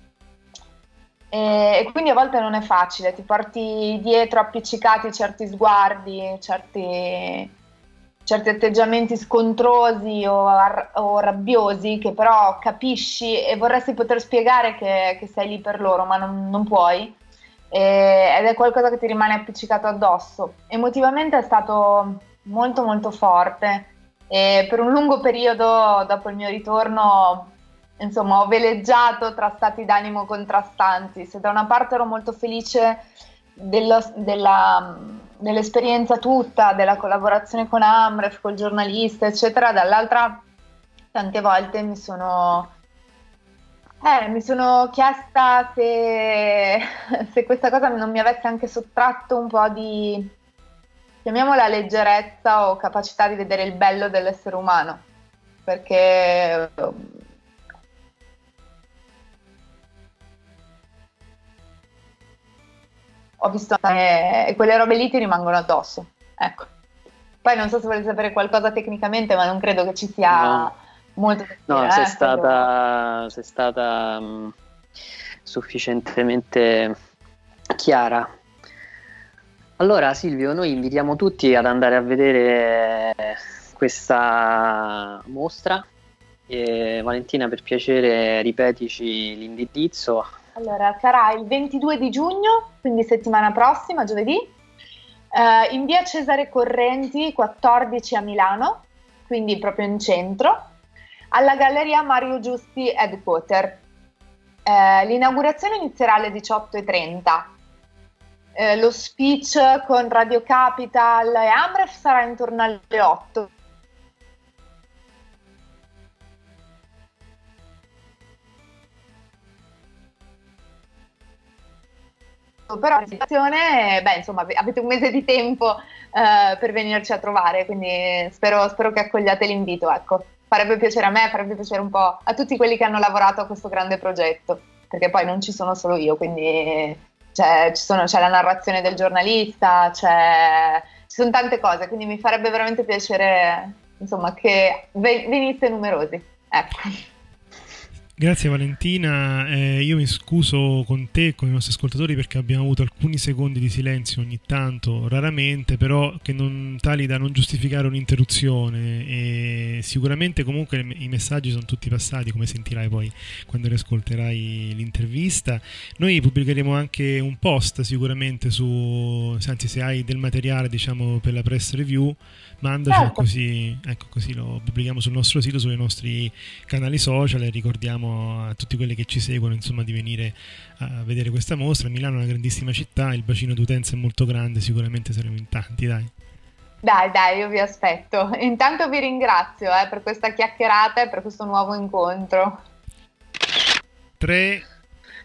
e, e quindi a volte non è facile, ti porti dietro appiccicati certi sguardi, certi certi atteggiamenti scontrosi o, ar- o rabbiosi, che però capisci e vorresti poter spiegare che, che sei lì per loro, ma non, non puoi, e, ed è qualcosa che ti rimane appiccicato addosso. Emotivamente è stato molto molto forte, e per un lungo periodo dopo il mio ritorno, insomma, ho veleggiato tra stati d'animo contrastanti. Se da una parte ero molto felice dello, della dell'esperienza tutta, della collaborazione con Amref, col giornalista, eccetera, dall'altra tante volte mi sono eh, mi sono chiesta se, se questa cosa non mi avesse anche sottratto un po' di, chiamiamola, leggerezza o capacità di vedere il bello dell'essere umano, perché ho visto che eh, quelle robe lì ti rimangono addosso, ecco. Poi non so se volete sapere qualcosa tecnicamente, ma non credo che ci sia No. molto da No, dire, sei eh, stata, sei stata mh, sufficientemente chiara. Allora Silvio, noi invitiamo tutti ad andare a vedere questa mostra, e Valentina, per piacere ripetici l'indirizzo. Allora, sarà il ventidue di giugno, quindi settimana prossima, giovedì, eh, in via Cesare Correnti quattordici a Milano, quindi proprio in centro, alla Galleria Mario Giusti Headquarter. Eh, l'inaugurazione inizierà alle diciotto e trenta. Eh, lo speech con Radio Capital e Amref sarà intorno alle otto. Però la situazione, beh, insomma, avete un mese di tempo eh, per venirci a trovare, quindi spero, spero che accogliate l'invito, ecco. Farebbe piacere a me, farebbe piacere un po' a tutti quelli che hanno lavorato a questo grande progetto, perché poi non ci sono solo io, quindi c'è, ci sono, c'è la narrazione del giornalista, c'è, ci sono tante cose, quindi mi farebbe veramente piacere, insomma, che veniste numerosi, ecco. Grazie Valentina, eh, io mi scuso con te e con i nostri ascoltatori perché abbiamo avuto alcuni secondi di silenzio ogni tanto, raramente, però che non tali da non giustificare un'interruzione, e sicuramente comunque i messaggi sono tutti passati, come sentirai poi quando riascolterai l'intervista. Noi pubblicheremo anche un post sicuramente su, anzi, se hai del materiale, diciamo, per la press review, mandaci, certo. così, ecco, così lo pubblichiamo sul nostro sito, sui nostri canali social, e ricordiamo a tutti quelli che ci seguono, insomma, di venire a vedere questa mostra. Milano è una grandissima città, il bacino d'utenza è molto grande, sicuramente saremo in tanti, dai. Dai, dai, io vi aspetto. Intanto vi ringrazio eh, per questa chiacchierata e per questo nuovo incontro. Tre.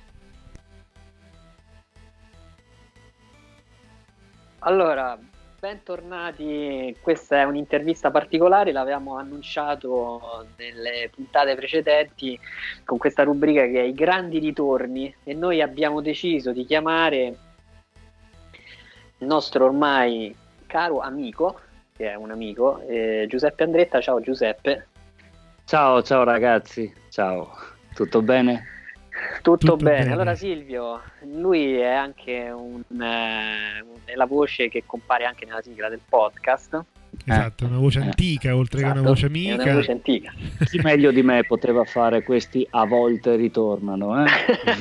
Allora, bentornati, questa è un'intervista particolare, l'avevamo annunciato nelle puntate precedenti con questa rubrica che è i grandi ritorni, e noi abbiamo deciso di chiamare il nostro ormai caro amico, che è un amico, eh, Giuseppe Andretta. Ciao Giuseppe. Ciao, ciao ragazzi, ciao, tutto bene? Tutto, Tutto bene. bene. Allora Silvio, lui è anche un, eh, è la voce che compare anche nella sigla del podcast. esatto, una voce antica oltre esatto, che una voce amica. È una voce antica. Chi meglio di me poteva fare questi a volte ritornano, eh?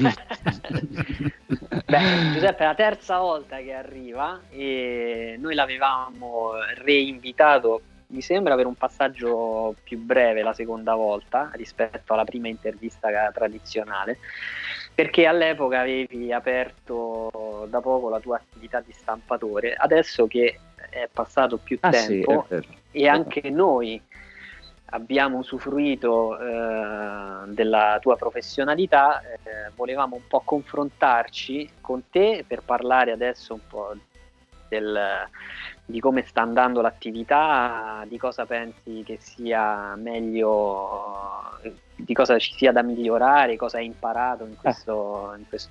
Beh, Giuseppe è la terza volta che arriva e noi l'avevamo reinvitato, mi sembra, per un passaggio più breve la seconda volta rispetto alla prima intervista tradizionale, perché all'epoca avevi aperto da poco la tua attività di stampatore. Adesso che è passato più ah, tempo sì, e anche noi abbiamo usufruito eh, della tua professionalità, eh, volevamo un po' confrontarci con te per parlare adesso un po' del, di come sta andando l'attività, di cosa pensi che sia meglio, di cosa ci sia da migliorare, cosa hai imparato in questo, in questo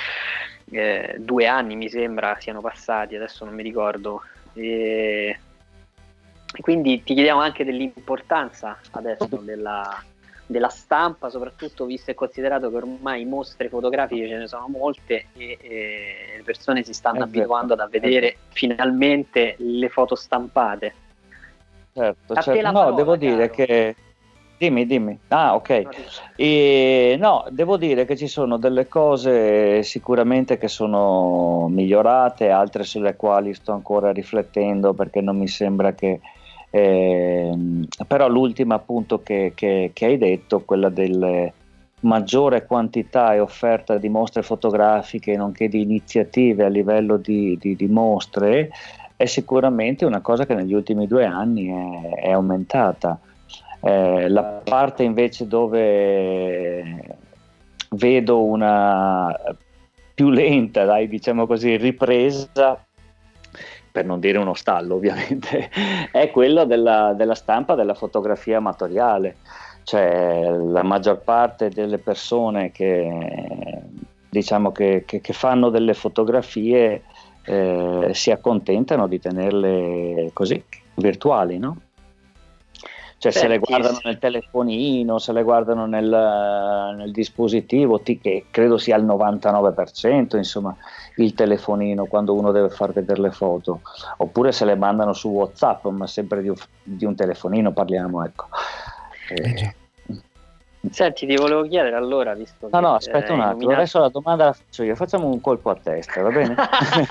eh, due anni mi sembra siano passati, adesso non mi ricordo. E quindi ti chiediamo anche dell'importanza adesso della, della stampa, soprattutto visto e considerato che ormai mostre fotografiche ce ne sono molte e, e le persone si stanno è abituando vero, ad vedere finalmente le foto stampate. Certo, A certo. te la No, parola, devo dire caro. che dimmi, dimmi. Ah, ok. No, dici. E, no, devo dire che ci sono delle cose sicuramente che sono migliorate, altre sulle quali sto ancora riflettendo perché non mi sembra che eh, però l'ultima appunto che, che, che hai detto, quella del maggiore quantità e offerta di mostre fotografiche nonché di iniziative a livello di, di, di mostre, è sicuramente una cosa che negli ultimi due anni è, è aumentata. Eh, la parte invece dove vedo una più lenta, dai, diciamo così, ripresa, per non dire uno stallo ovviamente, è quello della, della stampa della fotografia amatoriale. Cioè la maggior parte delle persone che diciamo che, che, che fanno delle fotografie eh, si accontentano di tenerle così, virtuali, no? Cioè se le guardano nel telefonino, se le guardano nel, nel dispositivo, ti, che credo sia il novantanove per cento, insomma, il telefonino quando uno deve far vedere le foto, oppure se le mandano su WhatsApp, ma sempre di un, di un telefonino parliamo, ecco. Eh, Senti, ti volevo chiedere allora, visto no che, no aspetta eh, un attimo, illuminato... adesso la domanda la faccio io, facciamo un colpo a testa, va bene?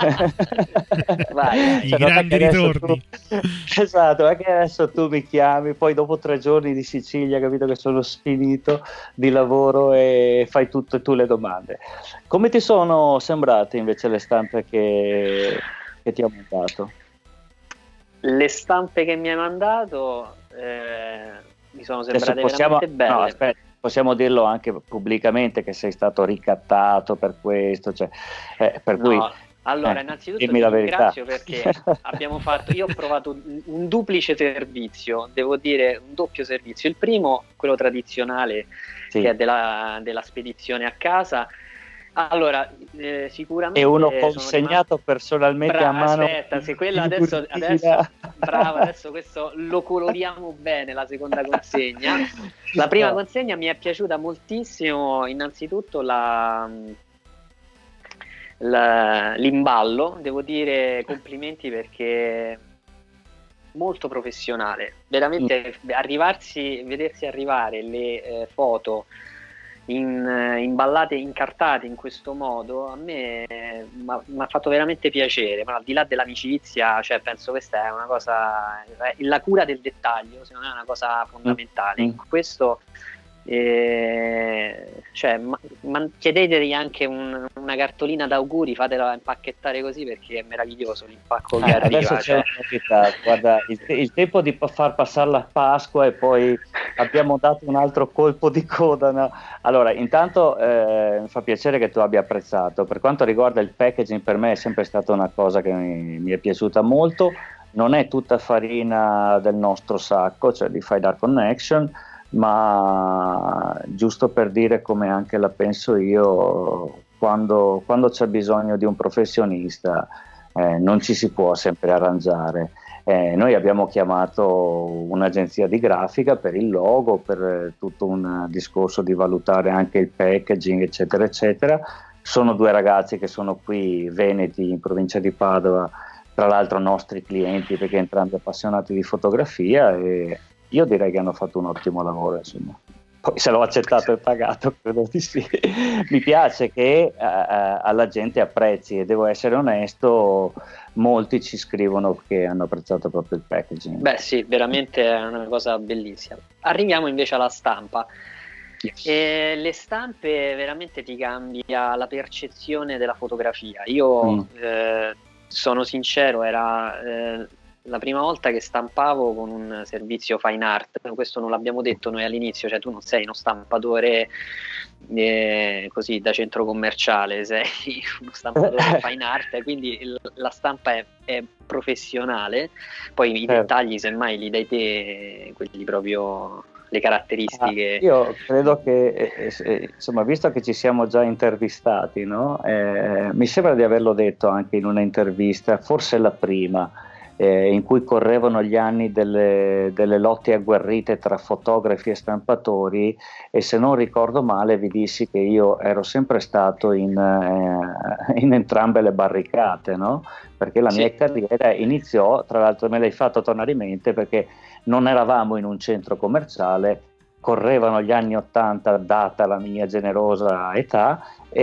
Vai, i cioè, grandi ritorni tu... esatto, è che adesso tu mi chiami, poi dopo tre giorni di Sicilia, capito che sono sfinito di lavoro e fai tutte tu le domande. Come ti sono sembrate invece le stampe che, che ti ho mandato? Le stampe che mi hai mandato eh... mi sono sembrate possiamo, veramente belle. No, aspetta, possiamo dirlo anche pubblicamente che sei stato ricattato per questo, cioè, eh, per no, cui allora eh, innanzitutto dimmi ti la verità. ringrazio perché abbiamo fatto, io ho provato un duplice servizio, devo dire un doppio servizio. Il primo, quello tradizionale, sì, che è della, della spedizione a casa. Allora, eh, sicuramente. E uno consegnato rimasto... personalmente Bra- a mano. Aspetta, se quella adesso, adesso, brava, adesso questo lo coloriamo bene, la seconda consegna. La prima consegna mi è piaciuta moltissimo, innanzitutto la, la, l'imballo, devo dire complimenti perché molto professionale, veramente mm. arrivarsi, vedersi arrivare le eh, foto In, imballate, incartate in questo modo, a me mi ha fatto veramente piacere, ma al di là dell'amicizia, cioè penso questa è una cosa, la cura del dettaglio secondo me è una cosa fondamentale. In questo eh, cioè, ma, ma chiedetegli anche un, una cartolina d'auguri, fatela impacchettare così perché è meraviglioso l'impacco che eh, arriva. Adesso c'è cioè. una novità, guarda, il, il tempo di far passare la Pasqua e poi abbiamo dato un altro colpo di coda, no? Allora, intanto eh, mi fa piacere che tu abbia apprezzato. Per quanto riguarda il packaging, per me è sempre stata una cosa che mi, mi è piaciuta molto. Non è tutta farina del nostro sacco, cioè di Fine Art Connection, ma giusto per dire come anche la penso io, quando, quando c'è bisogno di un professionista eh, non ci si può sempre arrangiare. Eh, noi abbiamo chiamato un'agenzia di grafica per il logo, per tutto un discorso di valutare anche il packaging, eccetera eccetera. Sono due ragazzi che sono qui veneti in provincia di Padova tra l'altro nostri clienti, perché entrambi appassionati di fotografia, e io direi che hanno fatto un ottimo lavoro, insomma. Poi se l'ho accettato e pagato, credo di sì. Mi piace che uh, alla gente apprezzi, e devo essere onesto, molti ci scrivono che hanno apprezzato proprio il packaging. Beh sì, veramente è una cosa bellissima. Arriviamo invece alla stampa. Yes. E le stampe veramente ti cambia la percezione della fotografia. Io mm. eh, sono sincero, era eh, la prima volta che stampavo con un servizio fine art. Questo non l'abbiamo detto noi all'inizio, cioè tu non sei uno stampatore eh, così da centro commerciale, sei uno stampatore fine art, quindi il, la stampa è, è professionale, poi i certo. dettagli semmai li dai te, quelli proprio, le caratteristiche. Ah, io credo che eh, insomma, visto che ci siamo già intervistati, no? eh, mi sembra di averlo detto anche in una intervista, forse la prima, eh, in cui correvano gli anni delle, delle lotte agguerrite tra fotografi e stampatori, e se non ricordo male vi dissi che io ero sempre stato in, eh, in entrambe le barricate, no? Perché la sì. mia carriera iniziò, tra l'altro me l'hai fatto tornare in mente, perché non eravamo in un centro commerciale, correvano gli anni ottanta, data la mia generosa età,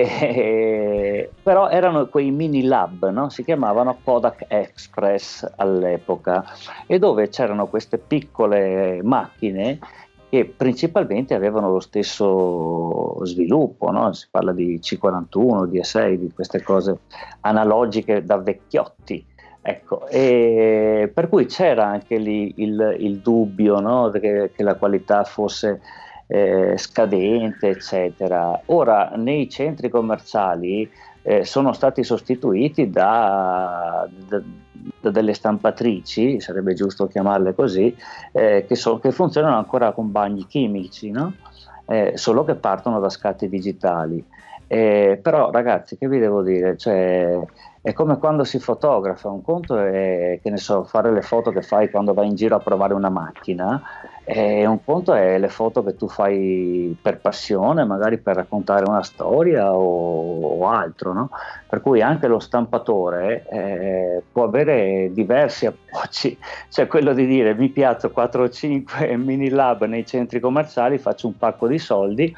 e, però erano quei mini lab, no? Si chiamavano Kodak Express all'epoca, e dove c'erano queste piccole macchine che principalmente avevano lo stesso sviluppo, no? Si parla di C quarantuno, D S sei, di queste cose analogiche da vecchiotti. Ecco, e per cui c'era anche lì il, il dubbio, no? che, che la qualità fosse eh, scadente, eccetera. Ora nei centri commerciali eh, sono stati sostituiti da, da, da delle stampatrici, sarebbe giusto chiamarle così, eh, che, so, che funzionano ancora con bagni chimici, no? eh, solo che partono da scatti digitali. Eh, però ragazzi, che vi devo dire, cioè, è come quando si fotografa. Un conto è, che ne so, fare le foto che fai quando vai in giro a provare una macchina, e un conto è le foto che tu fai per passione, magari per raccontare una storia o, o altro, no? Per cui anche lo stampatore eh, può avere diversi approcci, cioè quello di dire mi piazzo quattro o cinque mini lab nei centri commerciali, faccio un pacco di soldi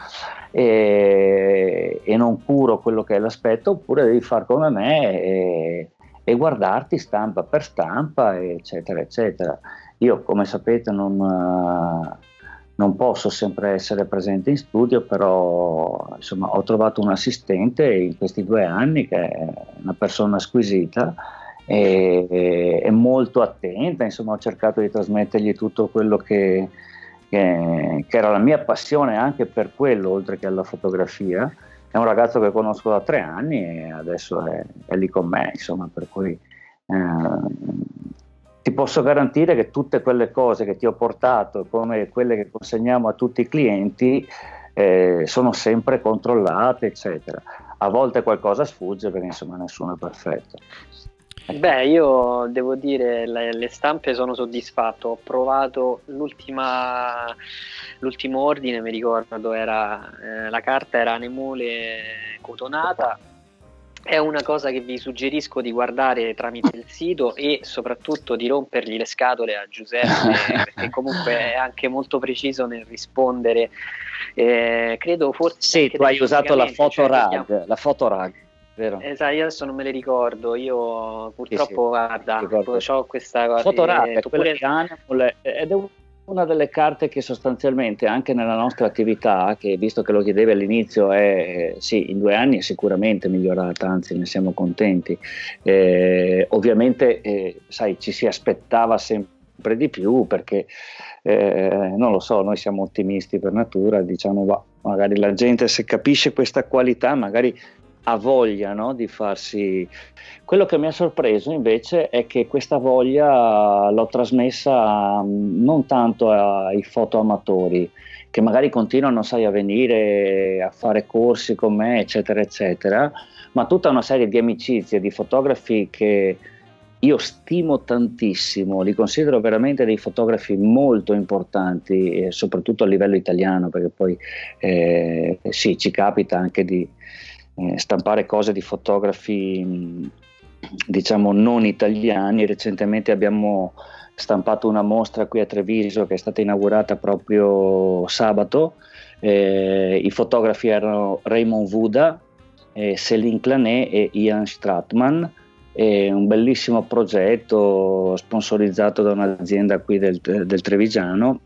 e, e non curo quello che è l'aspetto, oppure devi far come me e, e guardarti stampa per stampa, eccetera eccetera. Io, come sapete, non, non posso sempre essere presente in studio, però insomma ho trovato un assistente in questi due anni che è una persona squisita e è molto attenta, insomma ho cercato di trasmettergli tutto quello che, che, che era la mia passione anche per quello, oltre che alla fotografia. È un ragazzo che conosco da tre anni e adesso è, è lì con me, insomma, per cui eh, ti posso garantire che tutte quelle cose che ti ho portato, come quelle che consegniamo a tutti i clienti, eh, sono sempre controllate, eccetera. A volte qualcosa sfugge perché insomma nessuno è perfetto. Beh, io devo dire, le, le stampe sono soddisfatto. Ho provato l'ultima, l'ultimo ordine, mi ricordo, era eh, la carta era anemole cotonata. È una cosa che vi suggerisco di guardare tramite il sito e soprattutto di rompergli le scatole a Giuseppe, perché comunque è anche molto preciso nel rispondere. Eh, credo forse sì, tu hai usato la fotorag, cioè, la fotorag, vero? Esatto, io adesso non me le ricordo, io purtroppo sì, sì, guarda, ho questa cosa. Fotorag, eh, quella di Animal, ed è un una delle carte che sostanzialmente anche nella nostra attività, che visto che lo chiedevi all'inizio, è sì, in due anni è sicuramente migliorata, anzi ne siamo contenti. Eh, ovviamente eh, sai, ci si aspettava sempre di più perché eh, non lo so, noi siamo ottimisti per natura, diciamo va, magari la gente se capisce questa qualità magari ha voglia, no, di farsi. Quello che mi ha sorpreso invece è che questa voglia l'ho trasmessa non tanto ai fotoamatori che magari continuano, sai, a venire a fare corsi con me, eccetera eccetera, ma tutta una serie di amicizie, di fotografi che io stimo tantissimo, li considero veramente dei fotografi molto importanti, eh, soprattutto a livello italiano, perché poi eh, sì, ci capita anche di stampare cose di fotografi diciamo non italiani. Recentemente abbiamo stampato una mostra qui a Treviso che è stata inaugurata proprio sabato. Eh, i fotografi erano Raymond Vuda, eh, Céline Clanet e Ian Stratman. È un bellissimo progetto sponsorizzato da un'azienda qui del, del Trevigiano.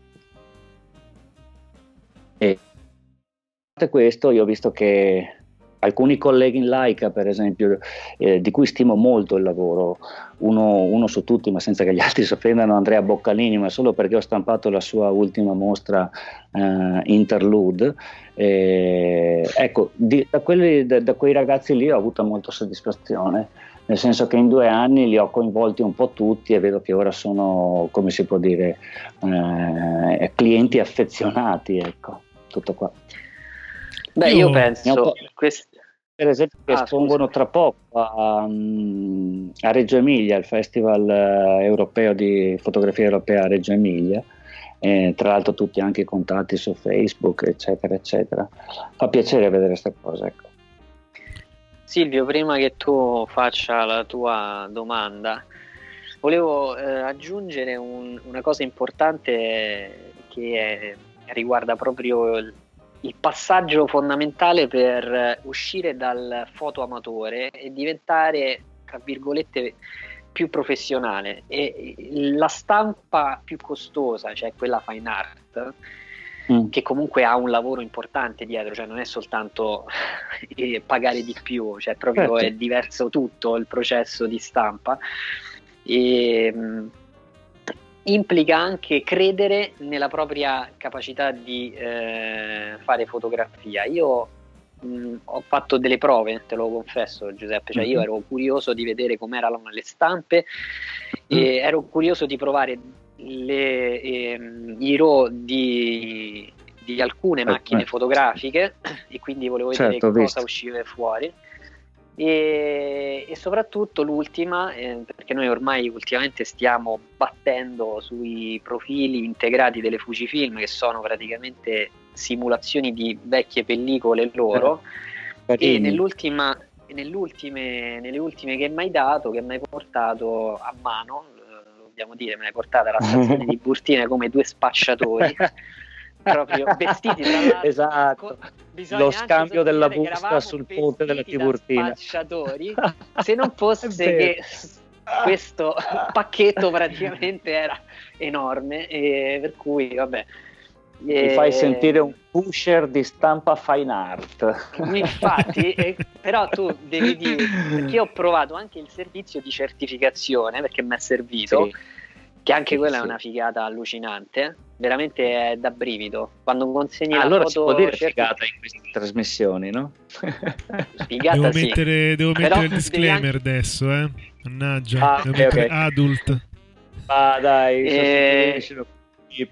E a questo io ho visto che alcuni colleghi in Leica, per esempio, eh, di cui stimo molto il lavoro, uno, uno su tutti, ma senza che gli altri si offendano, Andrea Boccalini, ma solo perché ho stampato la sua ultima mostra eh, Interlude. Eh, ecco, di, da, quelli, da, da quei ragazzi lì ho avuto molta soddisfazione, nel senso che in due anni li ho coinvolti un po' tutti e vedo che ora sono, come si può dire, eh, clienti affezionati, ecco, tutto qua. Beh, io, io penso quest... per esempio che ah, espongono scusa. tra poco a, a Reggio Emilia, il Festival Europeo di Fotografia Europea a Reggio Emilia, e tra l'altro tutti anche i contatti su Facebook, eccetera eccetera. Fa piacere vedere questa cosa, ecco. Silvio, prima che tu faccia la tua domanda, volevo eh, aggiungere un, una cosa importante che è, riguarda proprio il il passaggio fondamentale per uscire dal fotoamatore e diventare, tra virgolette, più professionale. E la stampa più costosa, cioè quella fine art, mm. che comunque ha un lavoro importante dietro, cioè non è soltanto pagare di più, cioè proprio certo. È diverso tutto il processo di stampa. E implica anche credere nella propria capacità di eh, fare fotografia. Io mh, ho fatto delle prove, te lo confesso Giuseppe, cioè io ero curioso di vedere com'erano le stampe mm. e ero curioso di provare le, eh, i RAW di, di alcune macchine fotografiche e quindi volevo vedere certo, cosa usciva fuori. E, e soprattutto l'ultima, eh, perché noi ormai ultimamente stiamo battendo sui profili integrati delle Fujifilm, che sono praticamente simulazioni di vecchie pellicole loro, eh, e nell'ultima, nell'ultime, nelle ultime che mi hai dato, che mi hai portato a mano, lo dobbiamo dire, me l'hai portata alla stazione di Burtina come due spacciatori proprio vestiti tra l'altro, esatto, lo scambio della busta sul ponte della Tiburtina, se non fosse che questo pacchetto praticamente era enorme, e per cui vabbè, mi e... fai sentire un pusher di stampa fine art. Infatti, eh, però tu devi dire, perché ho provato anche il servizio di certificazione, perché mi è servito, sì. Che anche quella sì. È una figata allucinante, veramente è da brivido. Quando consegni ah, la allora foto, si può dire certi... figata in queste trasmissioni, no? Figata devo sì. mettere, devo mettere il disclaimer anche... adesso, eh? Mannaggia, ah, devo okay, mettere okay. adult. Ah dai, e... e...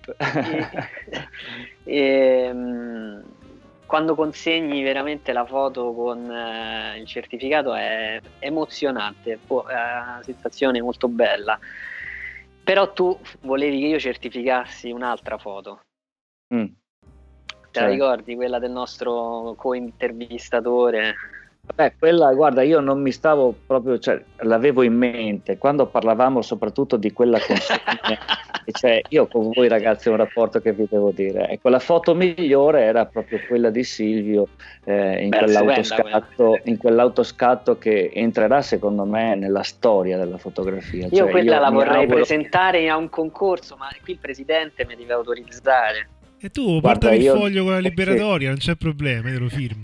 e... quando consegni veramente la foto con eh, il certificato è emozionante, è una sensazione molto bella. Però tu volevi che io certificassi un'altra foto. Mm. Te la ricordi, quella del nostro co-intervistatore? Vabbè, quella, guarda, io non mi stavo proprio, cioè, l'avevo in mente quando parlavamo soprattutto di quella consegna. Cioè, io con voi ragazzi ho un rapporto che vi devo dire. Ecco, la foto migliore era proprio quella di Silvio eh, in, Beh, quell'autoscatto, in quell'autoscatto che entrerà secondo me nella storia della fotografia. Io cioè, quella io la vorrei auguro... presentare a un concorso, ma qui il presidente mi deve autorizzare. E tu portami il io... foglio con la liberatoria, sì. Non c'è problema, io lo firmo.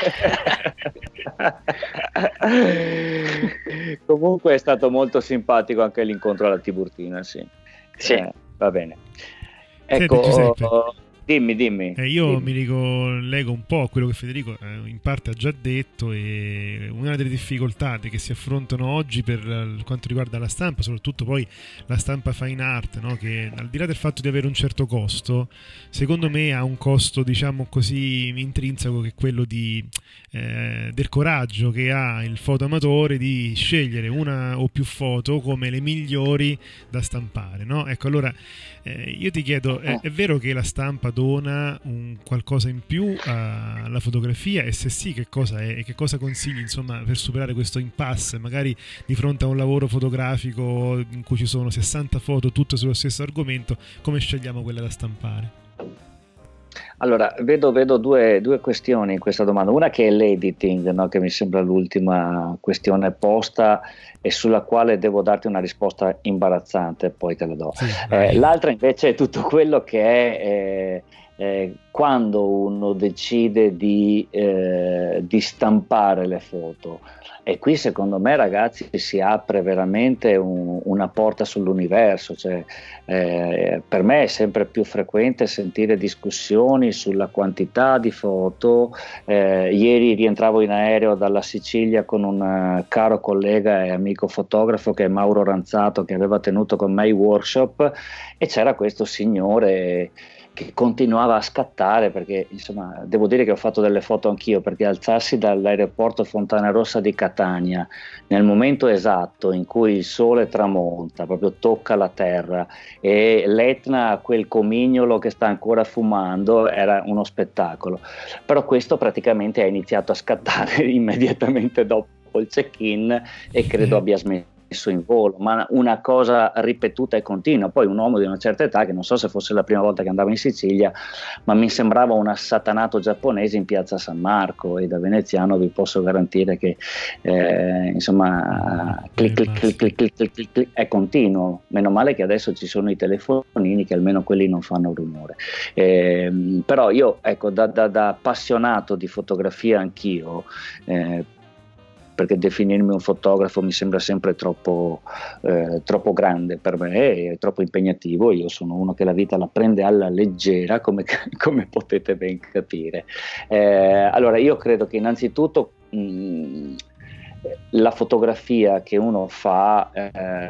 Comunque è stato molto simpatico anche l'incontro alla Tiburtina, sì. Sì. Eh, va bene. Ecco, Senti, dimmi, dimmi. Eh, io dimmi. mi ricollego un po' a quello che Federico eh, in parte ha già detto, e una delle difficoltà che si affrontano oggi per quanto riguarda la stampa, soprattutto poi la stampa fine art, no? Che al di là del fatto di avere un certo costo, secondo me ha un costo, diciamo così, intrinseco, che è quello di, eh, del coraggio che ha il fotoamatore di scegliere una o più foto come le migliori da stampare, no? Ecco, allora eh, io ti chiedo, è, è vero che la stampa dona un qualcosa in più alla fotografia, e se sì, che cosa è e che cosa consigli, insomma, per superare questo impasse, magari di fronte a un lavoro fotografico in cui ci sono sessanta foto tutte sullo stesso argomento, come scegliamo quella da stampare? Allora, vedo, vedo due, due questioni in questa domanda. Una che è l'editing, no? Che mi sembra l'ultima questione posta e sulla quale devo darti una risposta imbarazzante, poi te la do. Sì, eh, l'altra invece è tutto quello che è eh, eh, quando uno decide di, eh, di stampare le foto. E qui secondo me, ragazzi, si apre veramente un, una porta sull'universo. Cioè, eh, per me è sempre più frequente sentire discussioni sulla quantità di foto. Eh, ieri rientravo in aereo dalla Sicilia con un uh, caro collega e amico fotografo che è Mauro Ranzato, che aveva tenuto con me i workshop, e c'era questo signore che continuava a scattare, perché insomma devo dire che ho fatto delle foto anch'io, perché alzarsi dall'aeroporto Fontanarossa di Catania nel momento esatto in cui il sole tramonta, proprio tocca la terra, e l'Etna ha quel comignolo che sta ancora fumando, era uno spettacolo. Però questo praticamente ha iniziato a scattare immediatamente dopo il check-in e credo abbia smesso in volo, ma una cosa ripetuta e continua. Poi un uomo di una certa età, che non so se fosse la prima volta che andavo in Sicilia, ma mi sembrava un assatanato giapponese in piazza San Marco, e da veneziano vi posso garantire che eh, insomma clic clic clic clic clic clic clic clic è continuo. Meno male che adesso ci sono i telefonini che almeno quelli non fanno rumore. Eh, però io, ecco, da, da, da appassionato di fotografia anch'io, eh, perché definirmi un fotografo mi sembra sempre troppo, eh, troppo grande per me, è troppo impegnativo. Io sono uno che la vita la prende alla leggera, come, come potete ben capire. Eh, allora io credo che innanzitutto mh, la fotografia che uno fa eh,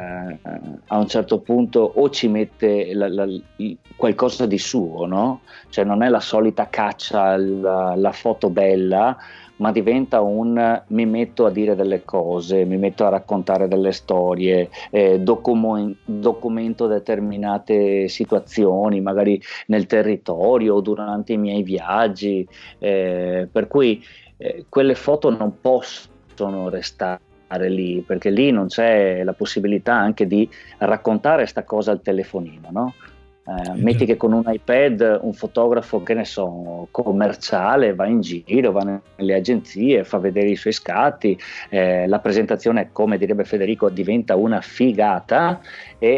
a un certo punto o ci mette la, la, qualcosa di suo, no? Cioè non è la solita caccia la, la foto bella, ma diventa un mi metto a dire delle cose, mi metto a raccontare delle storie, eh, documo- documento determinate situazioni, magari nel territorio o durante i miei viaggi, eh, per cui eh, quelle foto non possono restare lì, perché lì non c'è la possibilità anche di raccontare sta cosa al telefonino, no? Eh, metti che con un iPad un fotografo, che ne so, commerciale, va in giro, va nelle agenzie, fa vedere i suoi scatti, eh, la presentazione, come direbbe Federico, diventa una figata, e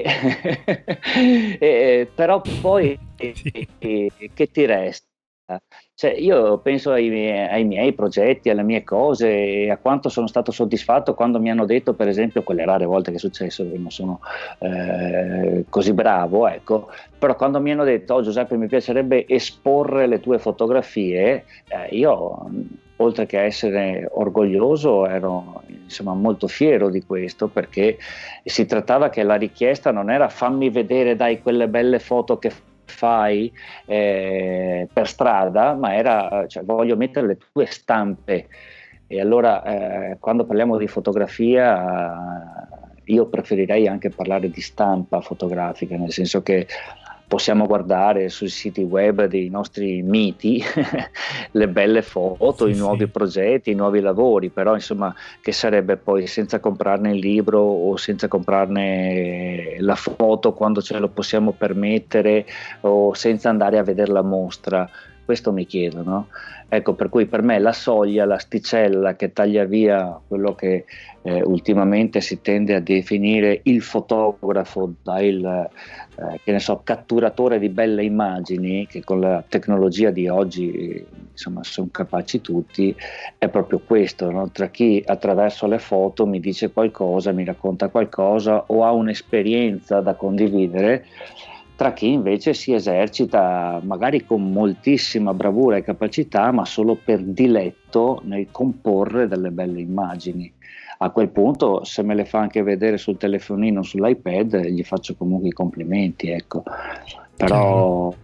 e, però poi sì. e, che ti resta? Cioè, io penso ai miei, ai miei progetti, alle mie cose, e a quanto sono stato soddisfatto quando mi hanno detto, per esempio, quelle rare volte che è successo, che non sono eh, così bravo, ecco, però quando mi hanno detto: oh Giuseppe, mi piacerebbe esporre le tue fotografie, eh, io, oltre che essere orgoglioso, ero insomma molto fiero di questo, perché si trattava che la richiesta non era fammi vedere dai quelle belle foto che fai eh, per strada, ma era, cioè, voglio mettere le tue stampe. E allora eh, quando parliamo di fotografia eh, io preferirei anche parlare di stampa fotografica, nel senso che possiamo guardare sui siti web dei nostri miti le belle foto, sì, i nuovi sì. progetti, i nuovi lavori, però insomma, che sarebbe poi senza comprarne il libro o senza comprarne la foto quando ce lo possiamo permettere, o senza andare a vedere la mostra? Questo mi chiedo, no? Ecco, per cui per me la soglia, l'asticella che taglia via quello che eh, ultimamente si tende a definire il fotografo da il eh, che ne so, catturatore di belle immagini, che con la tecnologia di oggi insomma sono capaci tutti, è proprio questo, no? Tra chi attraverso le foto mi dice qualcosa, mi racconta qualcosa o ha un'esperienza da condividere, tra chi invece si esercita magari con moltissima bravura e capacità, ma solo per diletto nel comporre delle belle immagini. A quel punto, se me le fa anche vedere sul telefonino, sull'iPad, gli faccio comunque i complimenti, ecco. Però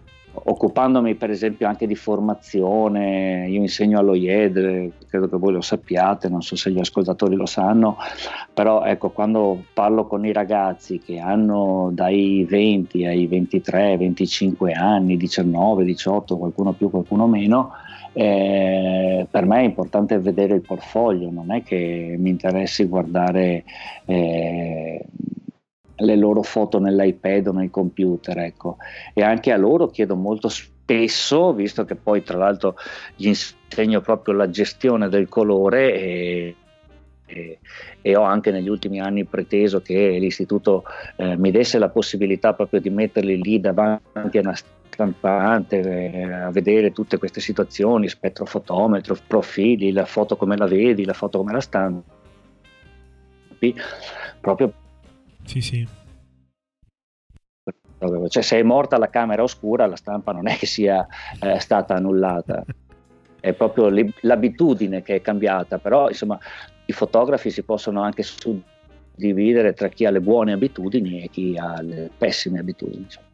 occupandomi per esempio anche di formazione. Io insegno all'O I E D, credo che voi lo sappiate, non so se gli ascoltatori lo sanno, però ecco, quando parlo con i ragazzi che hanno dai venti ai ventitré venticinque anni, diciannove diciotto, qualcuno più qualcuno meno, Eh, per me è importante vedere il portfolio, non è che mi interessi guardare eh, le loro foto nell'iPad o nel computer, ecco. E anche a loro chiedo molto spesso, visto che poi tra l'altro gli insegno proprio la gestione del colore e, e, e ho anche negli ultimi anni preteso che l'istituto eh, mi desse la possibilità proprio di metterli lì davanti a una stampante, eh, a vedere tutte queste situazioni, spettrofotometro, profili, la foto come la vedi, la foto come la stampi, proprio sì sì cioè, se è morta la camera oscura, la stampa non è che sia eh, stata annullata, è proprio l'abitudine che è cambiata. Però insomma i fotografi si possono anche suddividere tra chi ha le buone abitudini e chi ha le pessime abitudini, insomma.